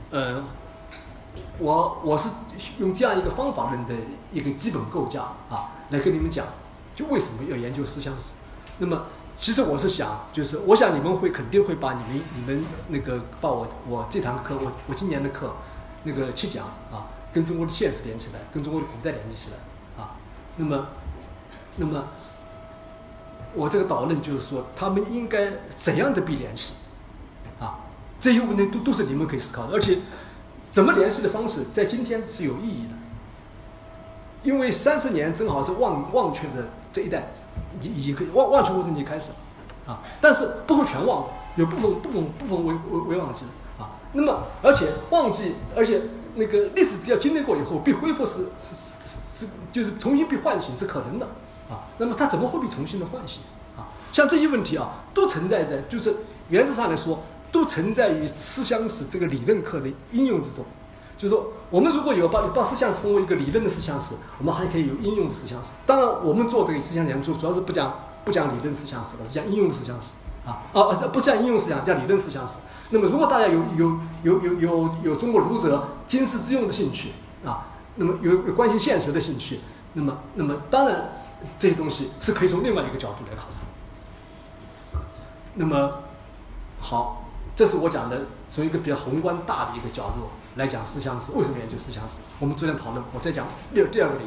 A: 我是用这样一个方法论的一个基本构架啊，来跟你们讲，就为什么要研究思想史。那么，其实我是想，就是我想你们肯定会把你们那个把我这堂课，我今年的课那个7讲啊，跟中国的现实连起来，跟中国的古代联系起来啊。那么我这个导论就是说，他们应该怎样的被联系啊？这些问题都是你们可以思考的，而且怎么联系的方式在今天是有意义的，因为30年正好是忘却的这一代已经可以忘却过程已经开始啊，但是不会全忘的，有部分为忘记啊。那么而且忘记，而且那个历史只要经历过以后被恢复是就是重新被唤醒是可能的啊。那么它怎么会被重新的唤醒啊？像这些问题啊，都存在在就是原则上来说，都存在于思想史这个理论课的应用之中。就是说，我们如果有把思想史分为一个理论的思想史，我们还可以有应用的思想史。当然，我们做这个思想研究，主要是不讲理论思想史的，是讲应用的思想史不是讲应用思想，讲理论思想史。那么，如果大家有中国儒者经世致用的兴趣啊，那么有关心现实的兴趣，那么当然这些东西是可以从另外一个角度来考察。那么好，这是我讲的从一个比较宏观大的一个角度来讲思想史。为什么研究思想史？我们昨天讨论，我再讲第二个理由。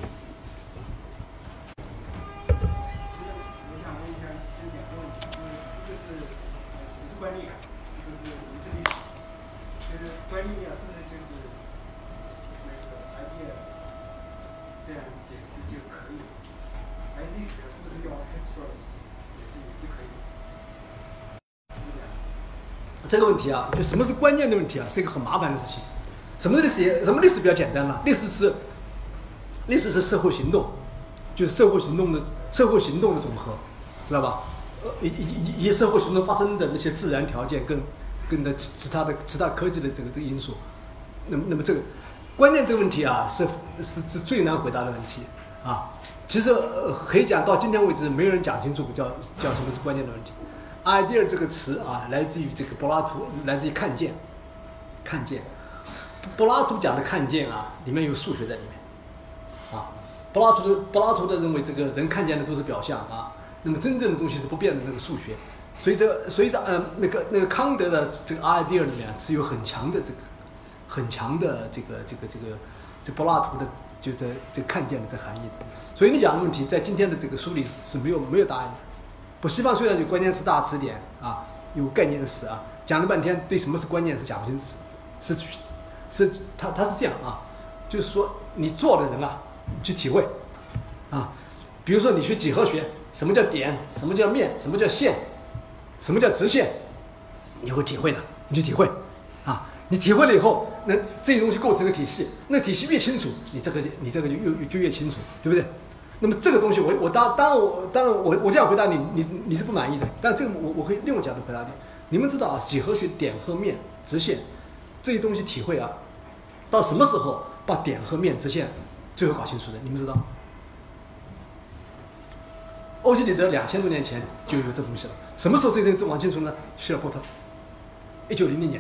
B: 我想问一下，先两个问题，一个是什么是观念感，一个是什么是历史。就是观念啊，是不是就是那个 idea 这样解释就可以了？而历史是不是用 history 解释也就可以了？
A: 这个问题啊，就什么是观念的问题啊，是一个很麻烦的事情。什么历史比较简单呢？历史是社会行动，就是社会行动的总和，知道吧？以社会行动发生的那些自然条件跟的其他科技的这个因素。那么这个观念这个问题啊，是最难回答的问题啊。其实可以讲到今天为止，没有人讲清楚叫什么是观念的问题。idea 这个词啊，来自于这个柏拉图，来自于看见。柏拉图讲的看见啊，里面有数学在里面啊。柏拉图的认为，这个人看见的都是表象啊，那么真正的东西是不变的那个数学。所以那个康德的这个 idea 里面是有很强的这柏拉图的就这个看见的这含义的。所以你讲的问题，在今天的这个书里是没有答案的。不，西方虽然有关键词大词典啊，有概念史啊，讲了半天对什么是关键词讲不清楚，他是这样啊，就是说你做的人啊，去体会啊，比如说你学几何学，什么叫点，什么叫面，什么叫线，什么叫直线，你会体会的，你去体会啊，你体会了以后，那这些东西构成个体系，那体系越清楚，你这个就越清楚，对不对？那么这个东西我当然我这样回答你是不满意的，但这个我可以另外角度回答你。你们知道啊，几何学点和面、直线这些东西体会啊，到什么时候把点和面、直线最后搞清楚的？你们知道？欧几里得2000多年前就有这东西了。什么时候这东西搞清楚呢？希尔波特，1900年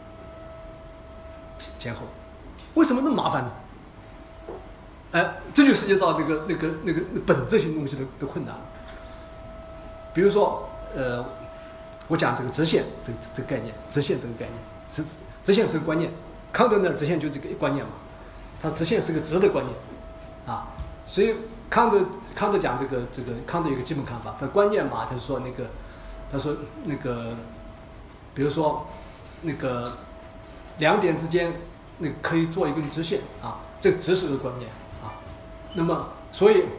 A: 前后。为什么那么麻烦呢？这就涉及到那个本质性东西的困难了。比如说，我讲这个直线这个概念，直线这个概念，直线是个观念，康德那儿直线就是个观念嘛，它直线是个直的观念，啊，所以康德讲这个康德有一个基本看法，他观念嘛，他说那个，比如说那个两点之间那个可以做一根直线啊，这个直是个观念。那么，所以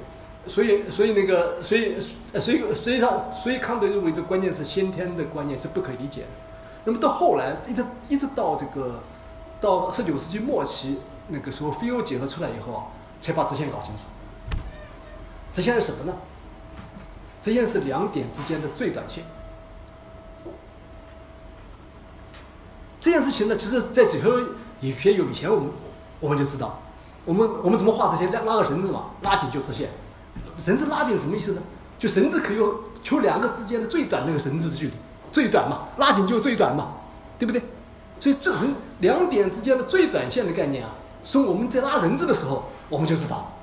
A: 康德认为这观念是先天的观念，是不可以理解的。那么到后来，一直到到19世纪末期，那个时候非欧结合出来以后啊，才把直线搞清楚。直线是什么呢？直线是两点之间的最短线。这件事情呢，其实在几何学以前我们就知道。我们怎么画直线？拉个绳子嘛，拉紧就直线， 绳子拉紧什么意思呢？就绳子可以求两个之间的最短那个绳子的距离，最短嘛，拉紧就是最短嘛，对不对？所以这是两点之间的最短线的概念啊，是我们在拉绳子的时候我们就知道。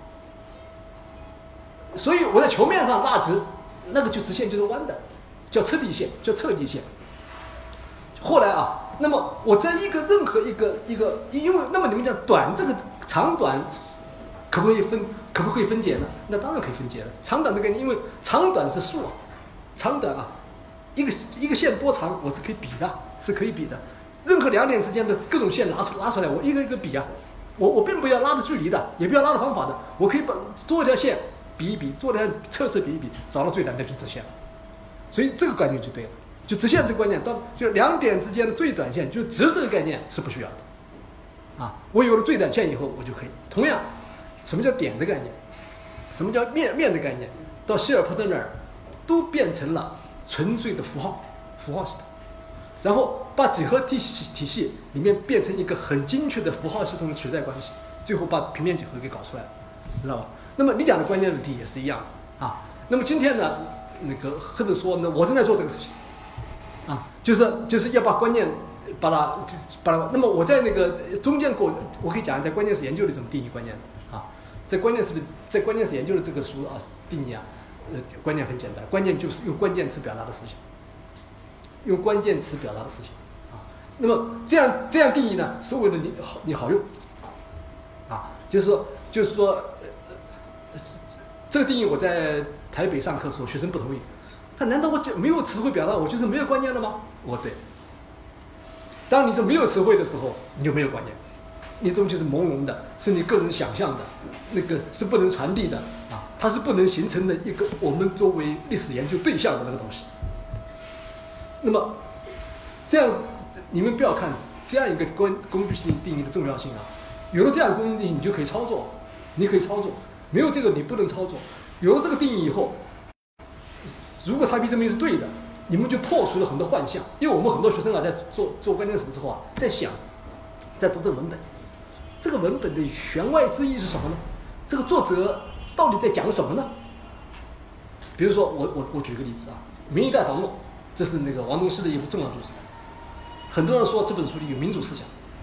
A: 所以我在球面上拉直，那个就直线就是弯的，叫侧地线，叫侧地线。后来啊，那么我在任何一个，因为那么你们讲短这个长短可不可以分解呢？那当然可以分解了。长短的概念，因为长短是数啊，长短啊，一个线多长我是可以比的，是可以比的。任何两点之间的各种线拉出来，我一个一个比啊，我并不要拉的距离的，也不要拉的方法的，我可以把做一条线比一比，做条测试比一比，找到最短的就直线了。所以这个观念就对了。就直线这个观念，就两点之间的最短线，就直这个概念是不需要的，啊，我有了最短线以后，我就可以。同样，什么叫点的概念，什么叫面的概念，到希尔波特那儿，都变成了纯粹的符号系统，然后把几何体系里面变成一个很精确的符号系统的取代关系，最后把平面几何给搞出来了，知道吧？那么你讲的关键问题也是一样啊。那么今天呢，或者说呢，我正在做这个事情。啊，就是要把观念把它，那么我在中间我可以讲在关键词研究里怎么定义关键啊，在关键词研究的这个书啊定义啊，观念很简单，关键就是用关键词表达的事情，用关键词表达的事情啊。那么这样定义呢，是为了你好用啊，就是说这个定义我在台北上课的时候，学生不同意。他难道我没有词汇表达，我就是没有观念了吗？对。当你是没有词汇的时候，你就没有观念，你东西是朦胧的，是你个人想象的，是不能传递的啊，它是不能形成的一个我们作为历史研究对象的那个东西。那么，这样你们不要看这样一个工具性定义的重要性啊，有了这样的工具定义，你就可以操作，你可以操作，没有这个你不能操作。有了这个定义以后。如果差别证明是对的，你们就破除了很多幻象。因为我们很多学生啊，在做关键词之后啊，在想，在读这个文本，这个文本的弦外之意是什么呢？这个作者到底在讲什么呢？比如说，我举个例子啊，《民意代防论》，这是王东锡的一部重要著作。很多人说这本书里有民主思想，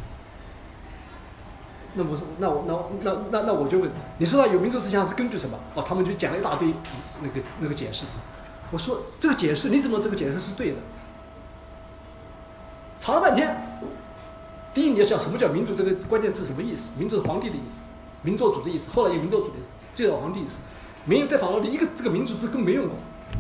A: 那我就问，你说他有民主思想是根据什么？他们就讲了一大堆那个解释。我说这个解释你怎么这个解释是对的？查了半天，第一你要想什么叫民主这个关键字什么意思？民主是皇帝的意思，民做主的意思，后来有民做主的意思，最早皇帝的意思。民意代防论里这个民主字根本没用过，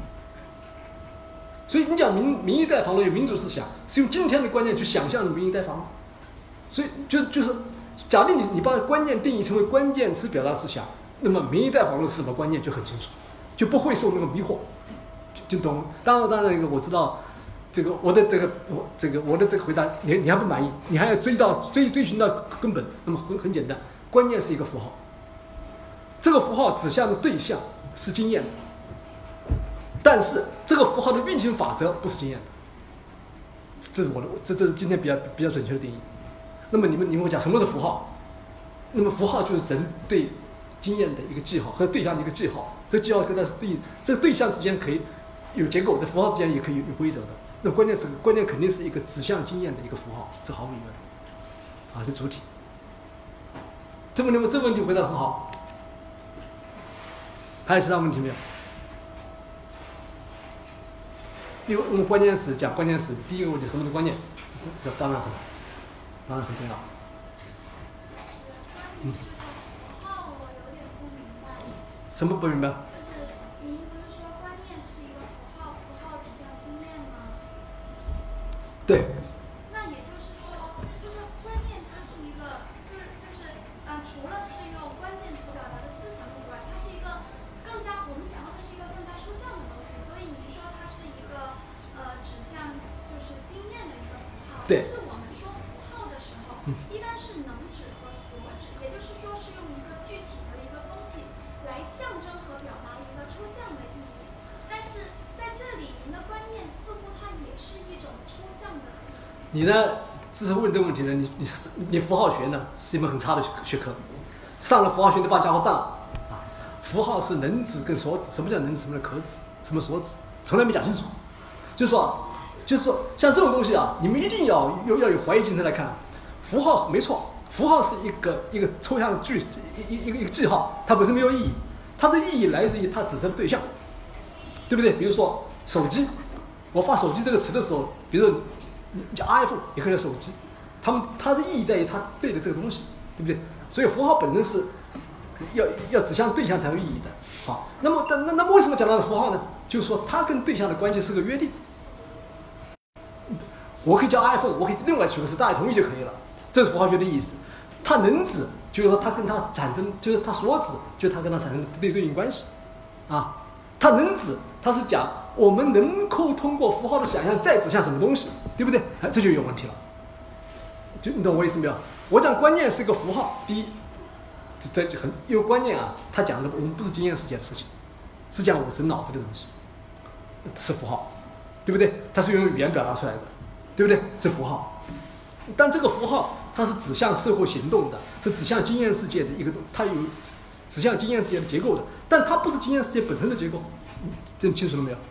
A: 所以你讲民意代防论有民主思想，是用今天的观念去想象民意代防。所以就是假定你把观念定义成为关键词表达思想，那么民意代防论是什么观念就很清楚，就不会受那个迷惑。就懂。当然，我知道，我的这个回答，你还不满意，你还要追寻到根本。那么很简单，关键是一个符号，这个符号指向的对象是经验的，但是这个符号的运行法则不是经验的。这是这是今天比较准确的定义。那么你们讲什么是符号？那么符号就是人对经验的一个记号和对象的一个记号，这个记号跟它是对应，这个对象之间可以有结构，这符号之间也可以有规则的。那关键肯定是一个指向经验的一个符号，这毫无疑问，是主体。这问题回答得很好。还有其他问题没有？因为我们讲关键词，第一个问题什么是关键？这当然很重要。什么不明白？
C: 就是您不是说观念是一个符号指向经验吗？
A: 对。
C: 那也就是说，观念它是一个，除了是用关键词表达的思想以外，它是一个我们想要的是一个更加抽象的东西。所以您说它是一个指向就是经验的一个符号。
A: 对。
C: 但是我们说符号的时候，一般是能指和所指，也就是说是用一个具体的一个东西来象征和表达一个抽象的意义，但是在这里，您的观念似乎它也是一种抽象的。
A: 你呢？之所以问这个问题呢，你符号学呢是一门很差的学科，上了符号学那帮家伙当了啊！ 符号是能指跟所指，什么叫能指，什么叫可指，什么所指，从来没讲清楚。就是说像这种东西啊，你们一定要有怀疑精神来看。符号没错，符号是一个抽象的一个记号，它本身没有意义，它的意义来自于它指涉的对象，对不对？比如说手机，我发手机这个词的时候，比如说你叫 iPhone 也可以叫手机，它的意义在于它对的这个东西，对不对？所以符号本身是要指向对象才有意义的。好，那么为什么讲到符号呢？就是说它跟对象的关系是个约定。我可以叫 iPhone， 我可以另外取个词，大家同意就可以了。这是符号学的意思。它能指，就是说它跟它产生，就是它所指，就是它跟它产生的对应关系啊。它能指，它是讲我们能够通过符号的想象再指向什么东西，对不对？这就有问题了。就你懂我意思没有？我讲观念是一个符号，第一，这就很因为观念啊，它讲的我们不是经验世界的事情，是讲我是脑子的东西，是符号，对不对？它是用语言表达出来的，对不对？是符号。但这个符号它是指向社会行动的，是指向经验世界的一个，它有指向经验世界的结构的，但它不是经验世界本身的结构，这清楚了没有？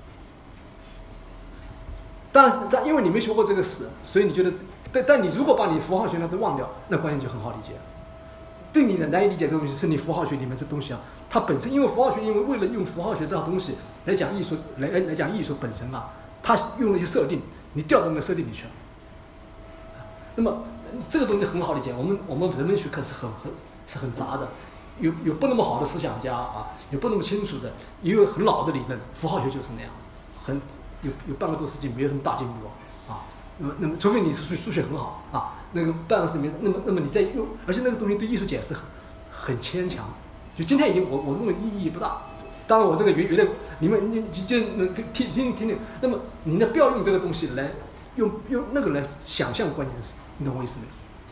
A: 但因为你没学过这个史，所以你觉得，但你如果把你符号学都忘掉，那观念就很好理解了。对你的难以理解这东西是你符号学里面这东西啊，它本身因为符号学为了用符号学这套东西来讲艺术，来讲艺术本身啊，它用了一些设定，你掉到那个设定里去了。那么这个东西很好理解，我们人文学科是很杂的，有不那么好的思想家啊，有不那么清楚的，也有很老的理论，符号学就是那样，有半个多世纪没有什么大进步啊。那么除非你是数学很好啊，那个半个世纪，那么你在用，而且那个东西对艺术解释很牵强，就今天已经我认为意义不大。当然我这个有点你就能听，那么你呢不要用这个东西来用那个来想象关键词，你懂我意思没有？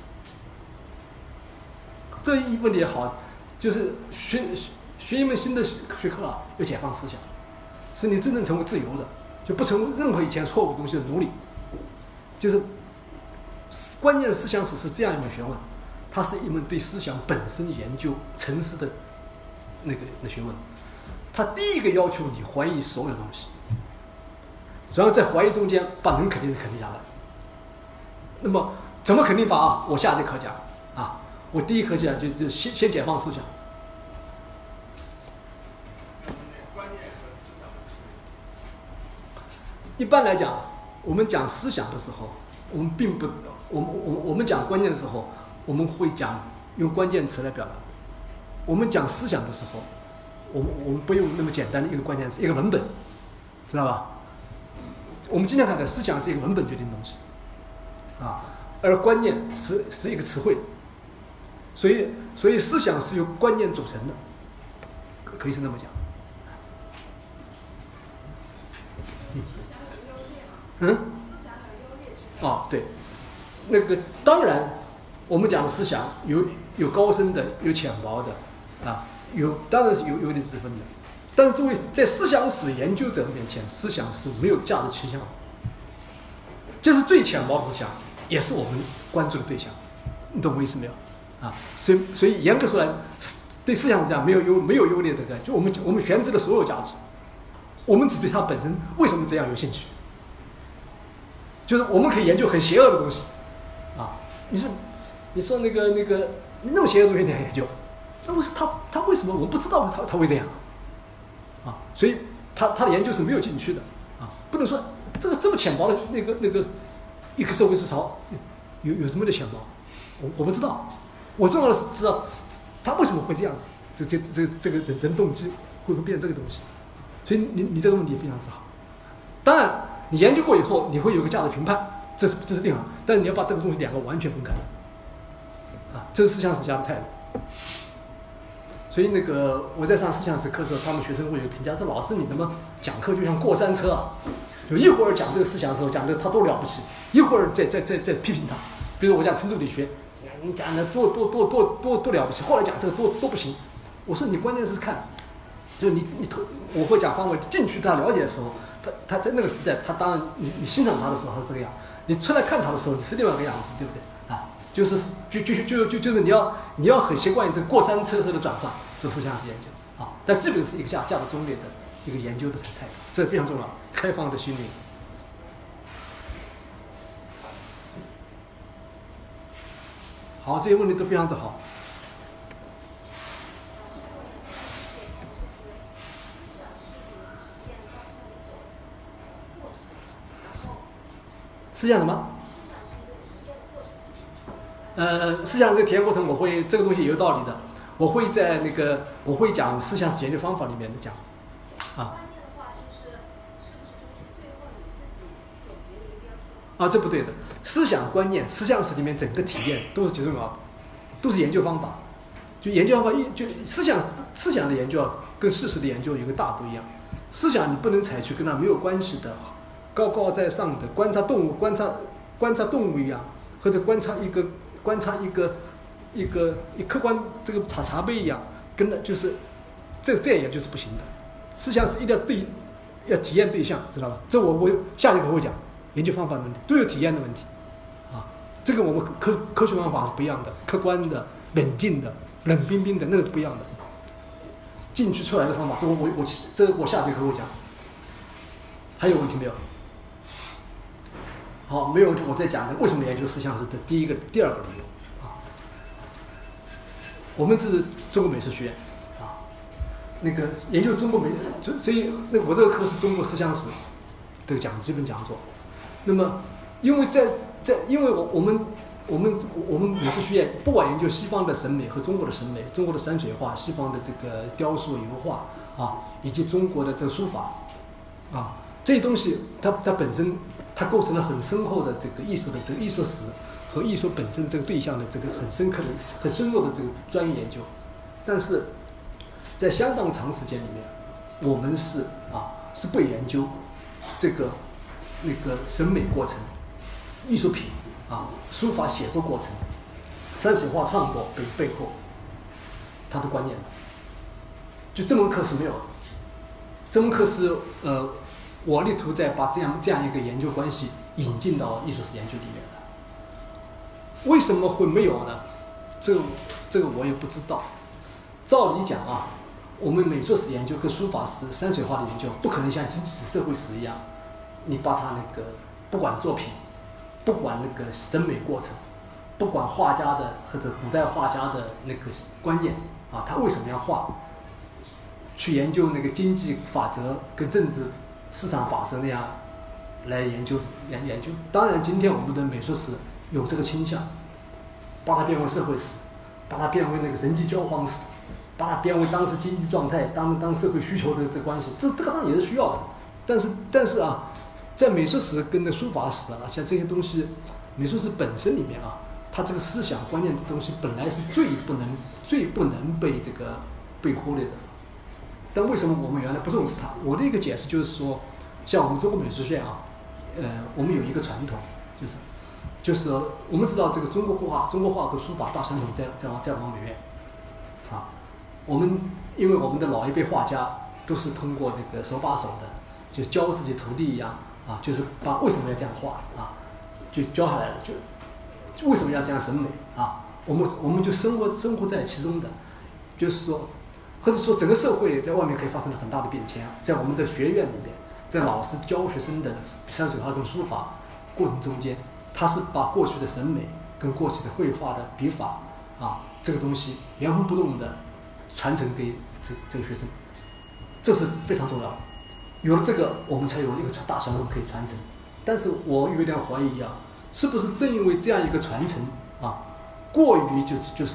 A: 这一问题也好，就是学一门新的学科啊，要解放思想，使你真正成为自由的，就不成为任何以前错误东西的奴隶。就是关键思想史是这样一门学问，它是一门对思想本身研究沉思的那学问。它第一个要求你怀疑所有的东西，然后在怀疑中间把能肯定的肯定下来。那么怎么肯定法啊？我下节课讲啊。我第一课讲就先解放思想。一般来讲，我们讲思想的时候，我们并不，我们讲观念的时候，我们会用关键词来表达。我们讲思想的时候，我们不用那么简单的一个关键词，一个文本，知道吧？我们经常看的思想是一个文本决定的东西，啊，而观念是一个词汇，所以思想是由观念组成的，可以是那么讲。哦，对，那个当然，我们讲思想有高深的，有浅薄的，啊，当然是有点之分的。但是作为在思想史研究者面前，思想是没有价值倾向的，这是最浅薄的思想，也是我们关注的对象，你懂我意思没有？啊，所以严格说来，对思想史讲没有优劣的，就我们悬置了所有价值，我们只对它本身为什么这样有兴趣。就是我们可以研究很邪恶的东西，啊，你说那么邪恶的东西你还研究，那他为什么我们不知道他会这样，啊，所以他的研究是没有进去的，啊，不能说这么浅薄的那个一个社会思潮有什么的浅薄，我不知道，我重要的是知道他为什么会这样子，这个人动机会变这个东西，所以你这个问题非常之好，当然。你研究过以后，你会有个价值评判，这是另外，但是你要把这个东西两个完全分开，啊，这是思想史家的态度。所以我在上思想史课的时候，他们学生会有评价说：“老师，你怎么讲课就像过山车啊？有一会儿讲这个思想的时候讲这个他多了不起，一会儿再批评他。比如我讲程朱理学，你讲的多了不起，后来讲这个多不行。我说你关键是看，就是我会讲方法进去他了解的时候。”他在那个时代，他当然你欣赏他的时候他是这个样，你出来看他的时候你是另外一个样子，对不对啊？就是你要很习惯于这个过山车的转换，做思想史研究啊，但基本是一个价值中立的一个研究的态度，这非常重要，开放的心灵。好，这些问题都非常之好。思想什么？思想这个体验过程，我会这个东西有道理的，我会在我会讲思想史研究方法里面的讲，啊。啊，这不对的。思想观念、思想史里面整个体验都是极重要的，都是研究方法。就研究方法就思想的研究跟事实的研究有个大不一样。思想你不能采取跟它没有关系的高高在上的观察动物、观察动物一样，或者观察一个客观这个茶杯一样，跟的就是这样研究是不行的。思想是一定要体验对象，知道吧？这我下节课会讲。研究方法的问题都有体验的问题，啊，这个我们科学方法是不一样的，客观的、冷静的、冷冰冰的，那个是不一样的。进去出来的方法，这个我下节课会讲。还有问题没有？好，没有问题，我再讲的为什么研究思想史的第二个理由啊。我们是中国美术学院啊，研究中国所以我这个课是中国思想史的基本讲座。那么，因为我们美术学院不管研究西方的审美和中国的审美，中国的山水画、西方的这个雕塑、油画啊，以及中国的这个书法啊，这些东西它本身它构成了很深厚的这个艺术的这个艺术史和艺术本身这个对象的这个很深刻的、很深入的这个专业研究，但是在相当长时间里面，我们是不研究这个审美过程、艺术品书法写作过程、山水画创作背后它的观念，就这门课是没有的。这门课是我力图在把这样一个研究关系引进到艺术史研究里面的。为什么会没有呢？这个我也不知道。照理讲我们美术史研究跟书法史、山水画的研究不可能像经济史、社会史一样。你把它不管作品，不管审美过程，不管画家的或者古代画家的观念他为什么要画，去研究经济法则跟政治市场法则那样来研究。当然，今天我们的美术史有这个倾向，把它变为社会史，把它变为人际交往史，把它变为当时经济状态、当社会需求的这关系，这个当然也是需要的。但是在美术史跟书法史像这些东西，美术史本身里面它这个思想观念的东西本来是最不能被忽略的。但为什么我们原来不重视它？我的一个解释就是说，像我们中国美术学院我们有一个传统，就是我们知道这个中国画和书法大传统在我们美院因为我们的老一辈画家都是通过手把手的，就教自己徒弟一样就是为什么要这样画就教下来了，就为什么要这样审美我们就生活在其中的，就是说，或者说整个社会在外面可以发生了很大的变迁，在我们的学院里面，在老师教学生的山水画跟书法过程中间，他是把过去的审美跟过去的绘画的笔法这个东西原封不动的传承给这个学生，这是非常重要的。有了这个，我们才有一个大传统可以传承。但是我有点怀疑是不是正因为这样一个传承过于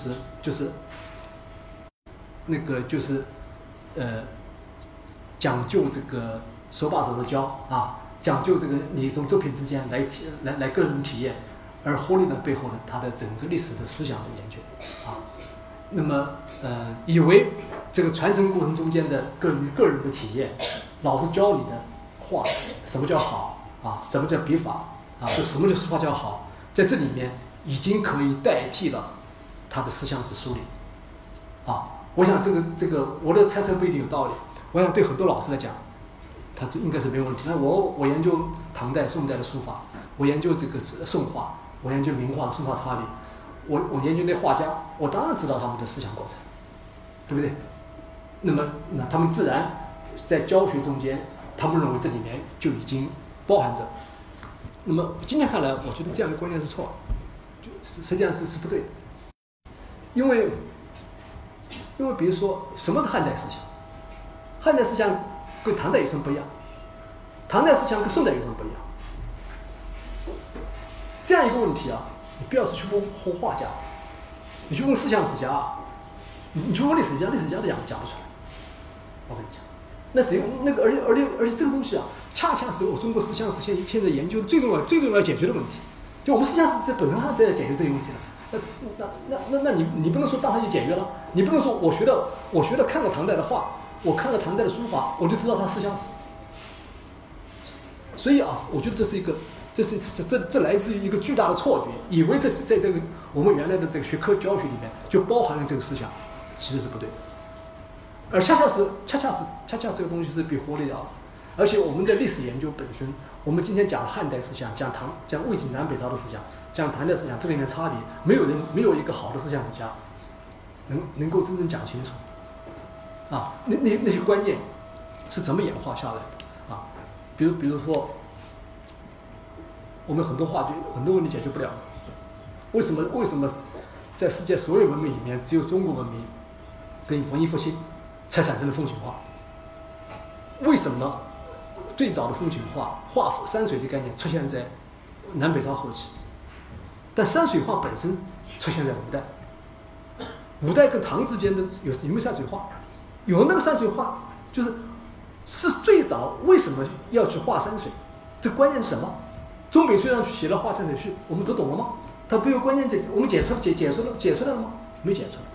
A: 讲究这个手把手的教讲究这个你从作品之间来个人体验，而忽略了背后的它的整个历史的思想的研究那么以为这个传承过程中间的个人的体验，老师教你的画什么叫好什么叫笔法就什么叫书法叫好，在这里面已经可以代替了他的思想史梳理我想这个我的猜测不一定有道理，我想对很多老师来讲，他这应该是没有问题。那我研究唐代、宋代的书法，我研究这个宋画，我研究明画的书法差别，我研究那画家，我当然知道他们的思想过程，对不对？ 那么他们自然在教学中间，他们认为这里面就已经包含着。那么今天看来，我觉得这样的观念是错的，实际上是不对的。因为比如说，什么是汉代思想？汉代思想跟唐代有什么不一样？唐代思想跟宋代有什么不一样？这样一个问题啊，你不要是去问画家，你去问思想史家，你去问历史家都讲不出来。我跟你讲，那只有那个，而且这个东西啊，恰恰是我中国思想史现在研究的最重要解决的问题。就我们思想史在本身上在解决这个问题了。那你不能说当它就解决了，你不能说我学了看了唐代的画，我看了唐代的书法，我就知道它思想史。所以啊，我觉得这来自于一个巨大的错觉，以为在这个我们原来的这个学科教学里面就包含了这个思想，其实是不对的。而恰恰这个东西是被忽略掉了。而且我们的历史研究本身，我们今天讲汉代思想，讲魏晋南北朝的思想，讲唐代思想，这里面差别没有一个好的思想史家能够真正讲清楚啊，那些观念是怎么演化下来的啊？比如说，我们很多问题解决不了。为什么在世界所有文明里面，只有中国文明跟文艺复兴才产生了风景画？为什么最早的风景画山水的概念出现在南北朝后期，但山水画本身出现在五代？五代跟唐之间的有没有山水画？有那个山水画，是最早为什么要去画山水？这关键是什么？钟炳虽然写了画山水序，我们都懂了吗？他背后关键我们解出来了吗？没解出来。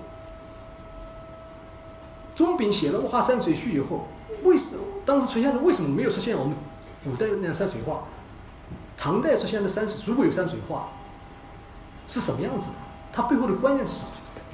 A: 钟炳写了画山水序以后，当时出现的为什么没有出现我们古代的那样山水画？唐代出现的山水，如果有山水画，是什么样子的？它背后的观念是什么？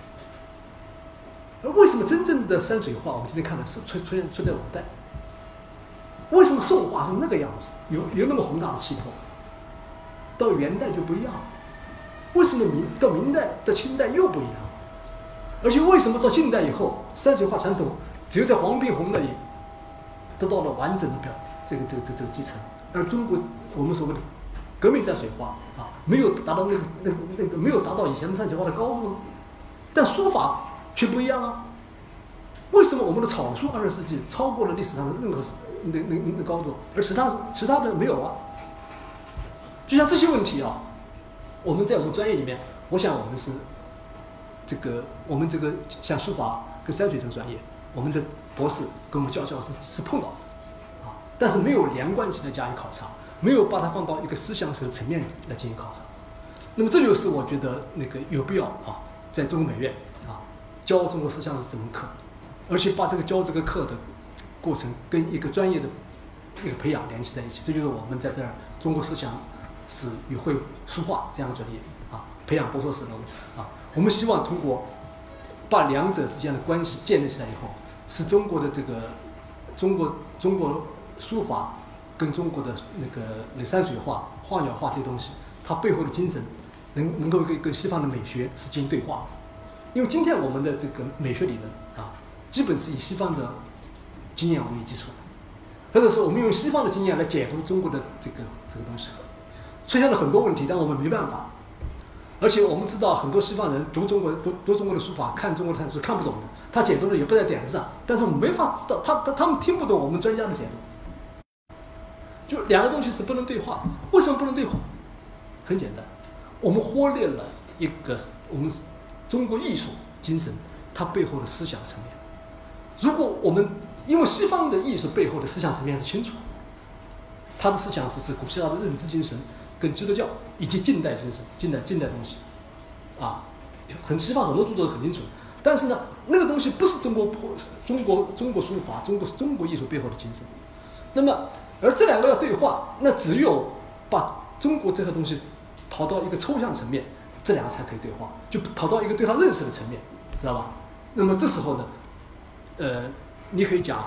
A: 而为什么真正的山水画，我们今天看的是出在五代？为什么宋画是那个样子，有那么宏大的气魄？到元代就不一样了。为什么到明代到清代又不一样？而且为什么到近代以后，山水画传统只有在黄宾虹那里得到了完整的这个继承，而中国我们所谓的革命山水画啊，没有达到那个没有达到以前的山水画的高度，但书法却不一样啊。为什么我们的草书20世纪超过了历史上的任何那高度，而其他的没有啊？就像这些问题啊，我们在我们专业里面，我想我们是我们这个像书法跟山水这个专业，我们的博士跟我们教师是碰到的啊，但是没有连贯性的加以考察，没有把它放到一个思想史的层面来进行考察。那么这就是我觉得有必要啊，在中国美院啊教中国思想史这门课，而且把教这个课的过程跟一个专业的一个培养联系在一起。这就是我们在这儿中国思想史与绘书画这样的专业啊，培养博士生啊。我们希望通过把两者之间的关系建立起来以后，使中国的中国书法跟中国的山水画、画鸟画这些东西，它背后的精神能够跟西方的美学是进行对话。因为今天我们的这个美学理论啊，基本是以西方的经验为基础的，或者是我们用西方的经验来解读中国的这个东西，出现了很多问题，但我们没办法。而且我们知道，很多西方人读中国的书法，看中国的山是看不懂的，他解读的也不在点子上，但是我们没法知道，他们听不懂我们专家的解读。就两个东西是不能对话。为什么不能对话？很简单，我们忽略了一个我们中国艺术精神它背后的思想层面。如果我们因为西方的艺术背后的思想层面是清楚的，他的思想是古希腊的认知精神跟基督教以及近代精神、近代东西啊，西方很多著作很清楚。但是呢，那个东西不是中国书法、中国艺术背后的精神。那么，而这两个要对话，那只有把中国这个东西跑到一个抽象层面，这两个才可以对话，就跑到一个对他认识的层面，知道吧？那么这时候呢，你可以讲，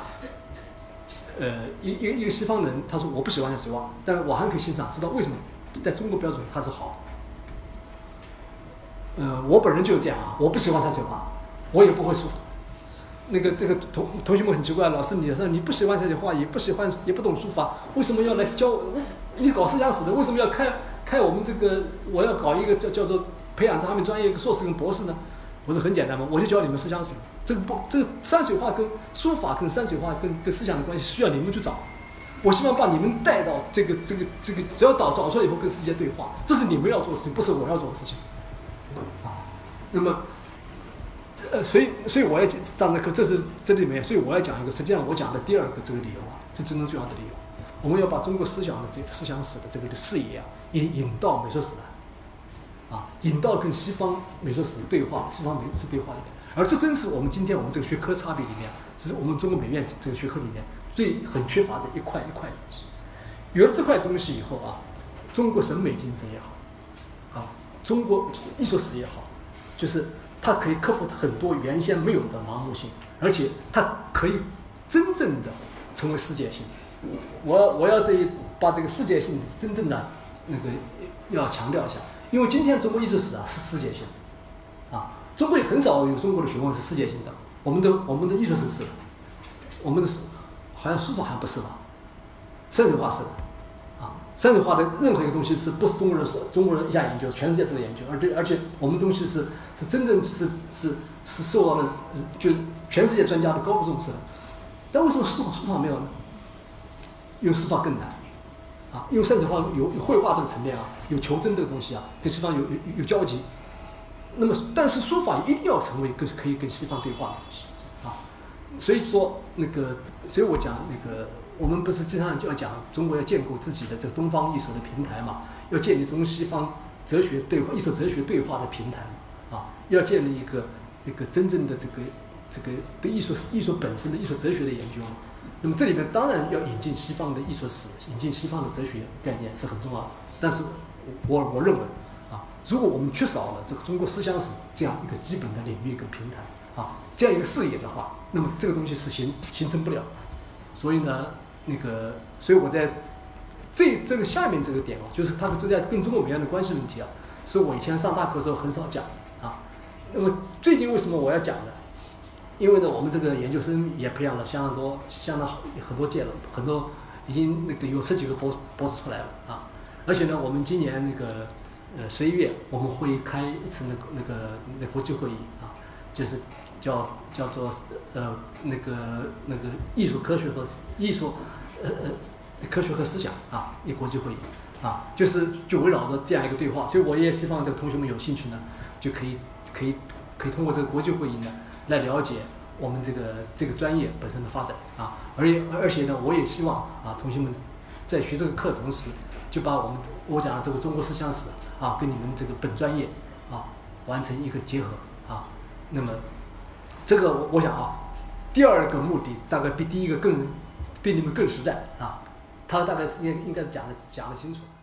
A: 一个西方人他说我不喜欢山水画，但是我还可以欣赏，知道为什么在中国标准它是好的。我本人就是这样啊，我不喜欢山水画，我也不会书法。 这个同学们很奇怪，老师你说你不喜欢这些话，也不喜欢也不懂书法，为什么要来教？你搞思想史的，为什么要开我们这个？我要搞一个叫做培养这方面专业硕士跟博士呢？我说很简单嘛，我就教你们思想史。这个山水画跟书法跟山水画跟思想的关系需要你们去找。我希望把你们带到这个，只要找出来以后跟世界对话，这是你们要做的事情，不是我要做的事情。啊，那么，所以我要上这课，这里面，所以我要讲一个，实际上我讲的第二个这个理由啊，是真正重要的理由。我们要把中国思想的这个思想史的这个的视野啊，引到美术史来，啊，引到跟西方美术史对话，西方美术对话里面。而这正是我们今天我们这个学科差别里面，是我们中国美院这个学科里面很缺乏的一块东西。有了这块东西以后啊，中国审美精神也好，啊，中国艺术史也好，就是它可以克服很多原先没有的盲目性，而且它可以真正的成为世界性。我要把这个世界性真正的要强调一下，因为今天中国艺术史啊是世界性啊，中国也很少有中国的学问是世界性的。我们的艺术史是，我们的好像书法还不是吧？山水画是的，啊，山水画的任何一个东西是不是中国人一下研究，全世界都在研究，而且我们东西是真正是受到了就是全世界专家的高度重视的。但为什么书法没有呢？因为书法更难，啊，因为山水画有绘画这个层面啊，有求真这个东西啊，跟西方有交集。那么，但是书法一定要成为可以跟西方对话的东西啊。所以说所以我讲我们不是经常就要讲中国要建构自己的这个东方艺术的平台嘛，要建立中西方哲学对话、艺术哲学对话的平台啊，要建立一个真正的这个对艺术本身的艺术哲学的研究。那么这里面当然要引进西方的艺术史，引进西方的哲学概念是很重要的。但是我认为啊，如果我们缺少了这个中国思想史这样一个基本的领域跟平台啊，这样一个视野的话，那么这个东西是形成不了。所以呢，所以我在这个下面这个点啊，就是它跟中国美院的关系问题啊，是我以前上大课的时候很少讲啊。那么最近为什么我要讲呢？因为呢，我们这个研究生也培养了相当很多届了，很多已经有10几个博士出来了啊。而且呢，我们今年11月我们会开一次国际会议啊，就是叫做艺术科学和艺术科学和思想啊，一国际会议啊，就围绕着这样一个对话。所以我也希望这个同学们有兴趣呢，就可以通过这个国际会议呢来了解我们这个专业本身的发展啊。而且呢，我也希望啊，同学们在学这个课的同时，就把我讲的这个中国思想史啊，跟你们这个本专业啊完成一个结合啊。那么这个我想啊，第二个目的大概比第一个对你们更实在啊。他大概应该是讲得清楚。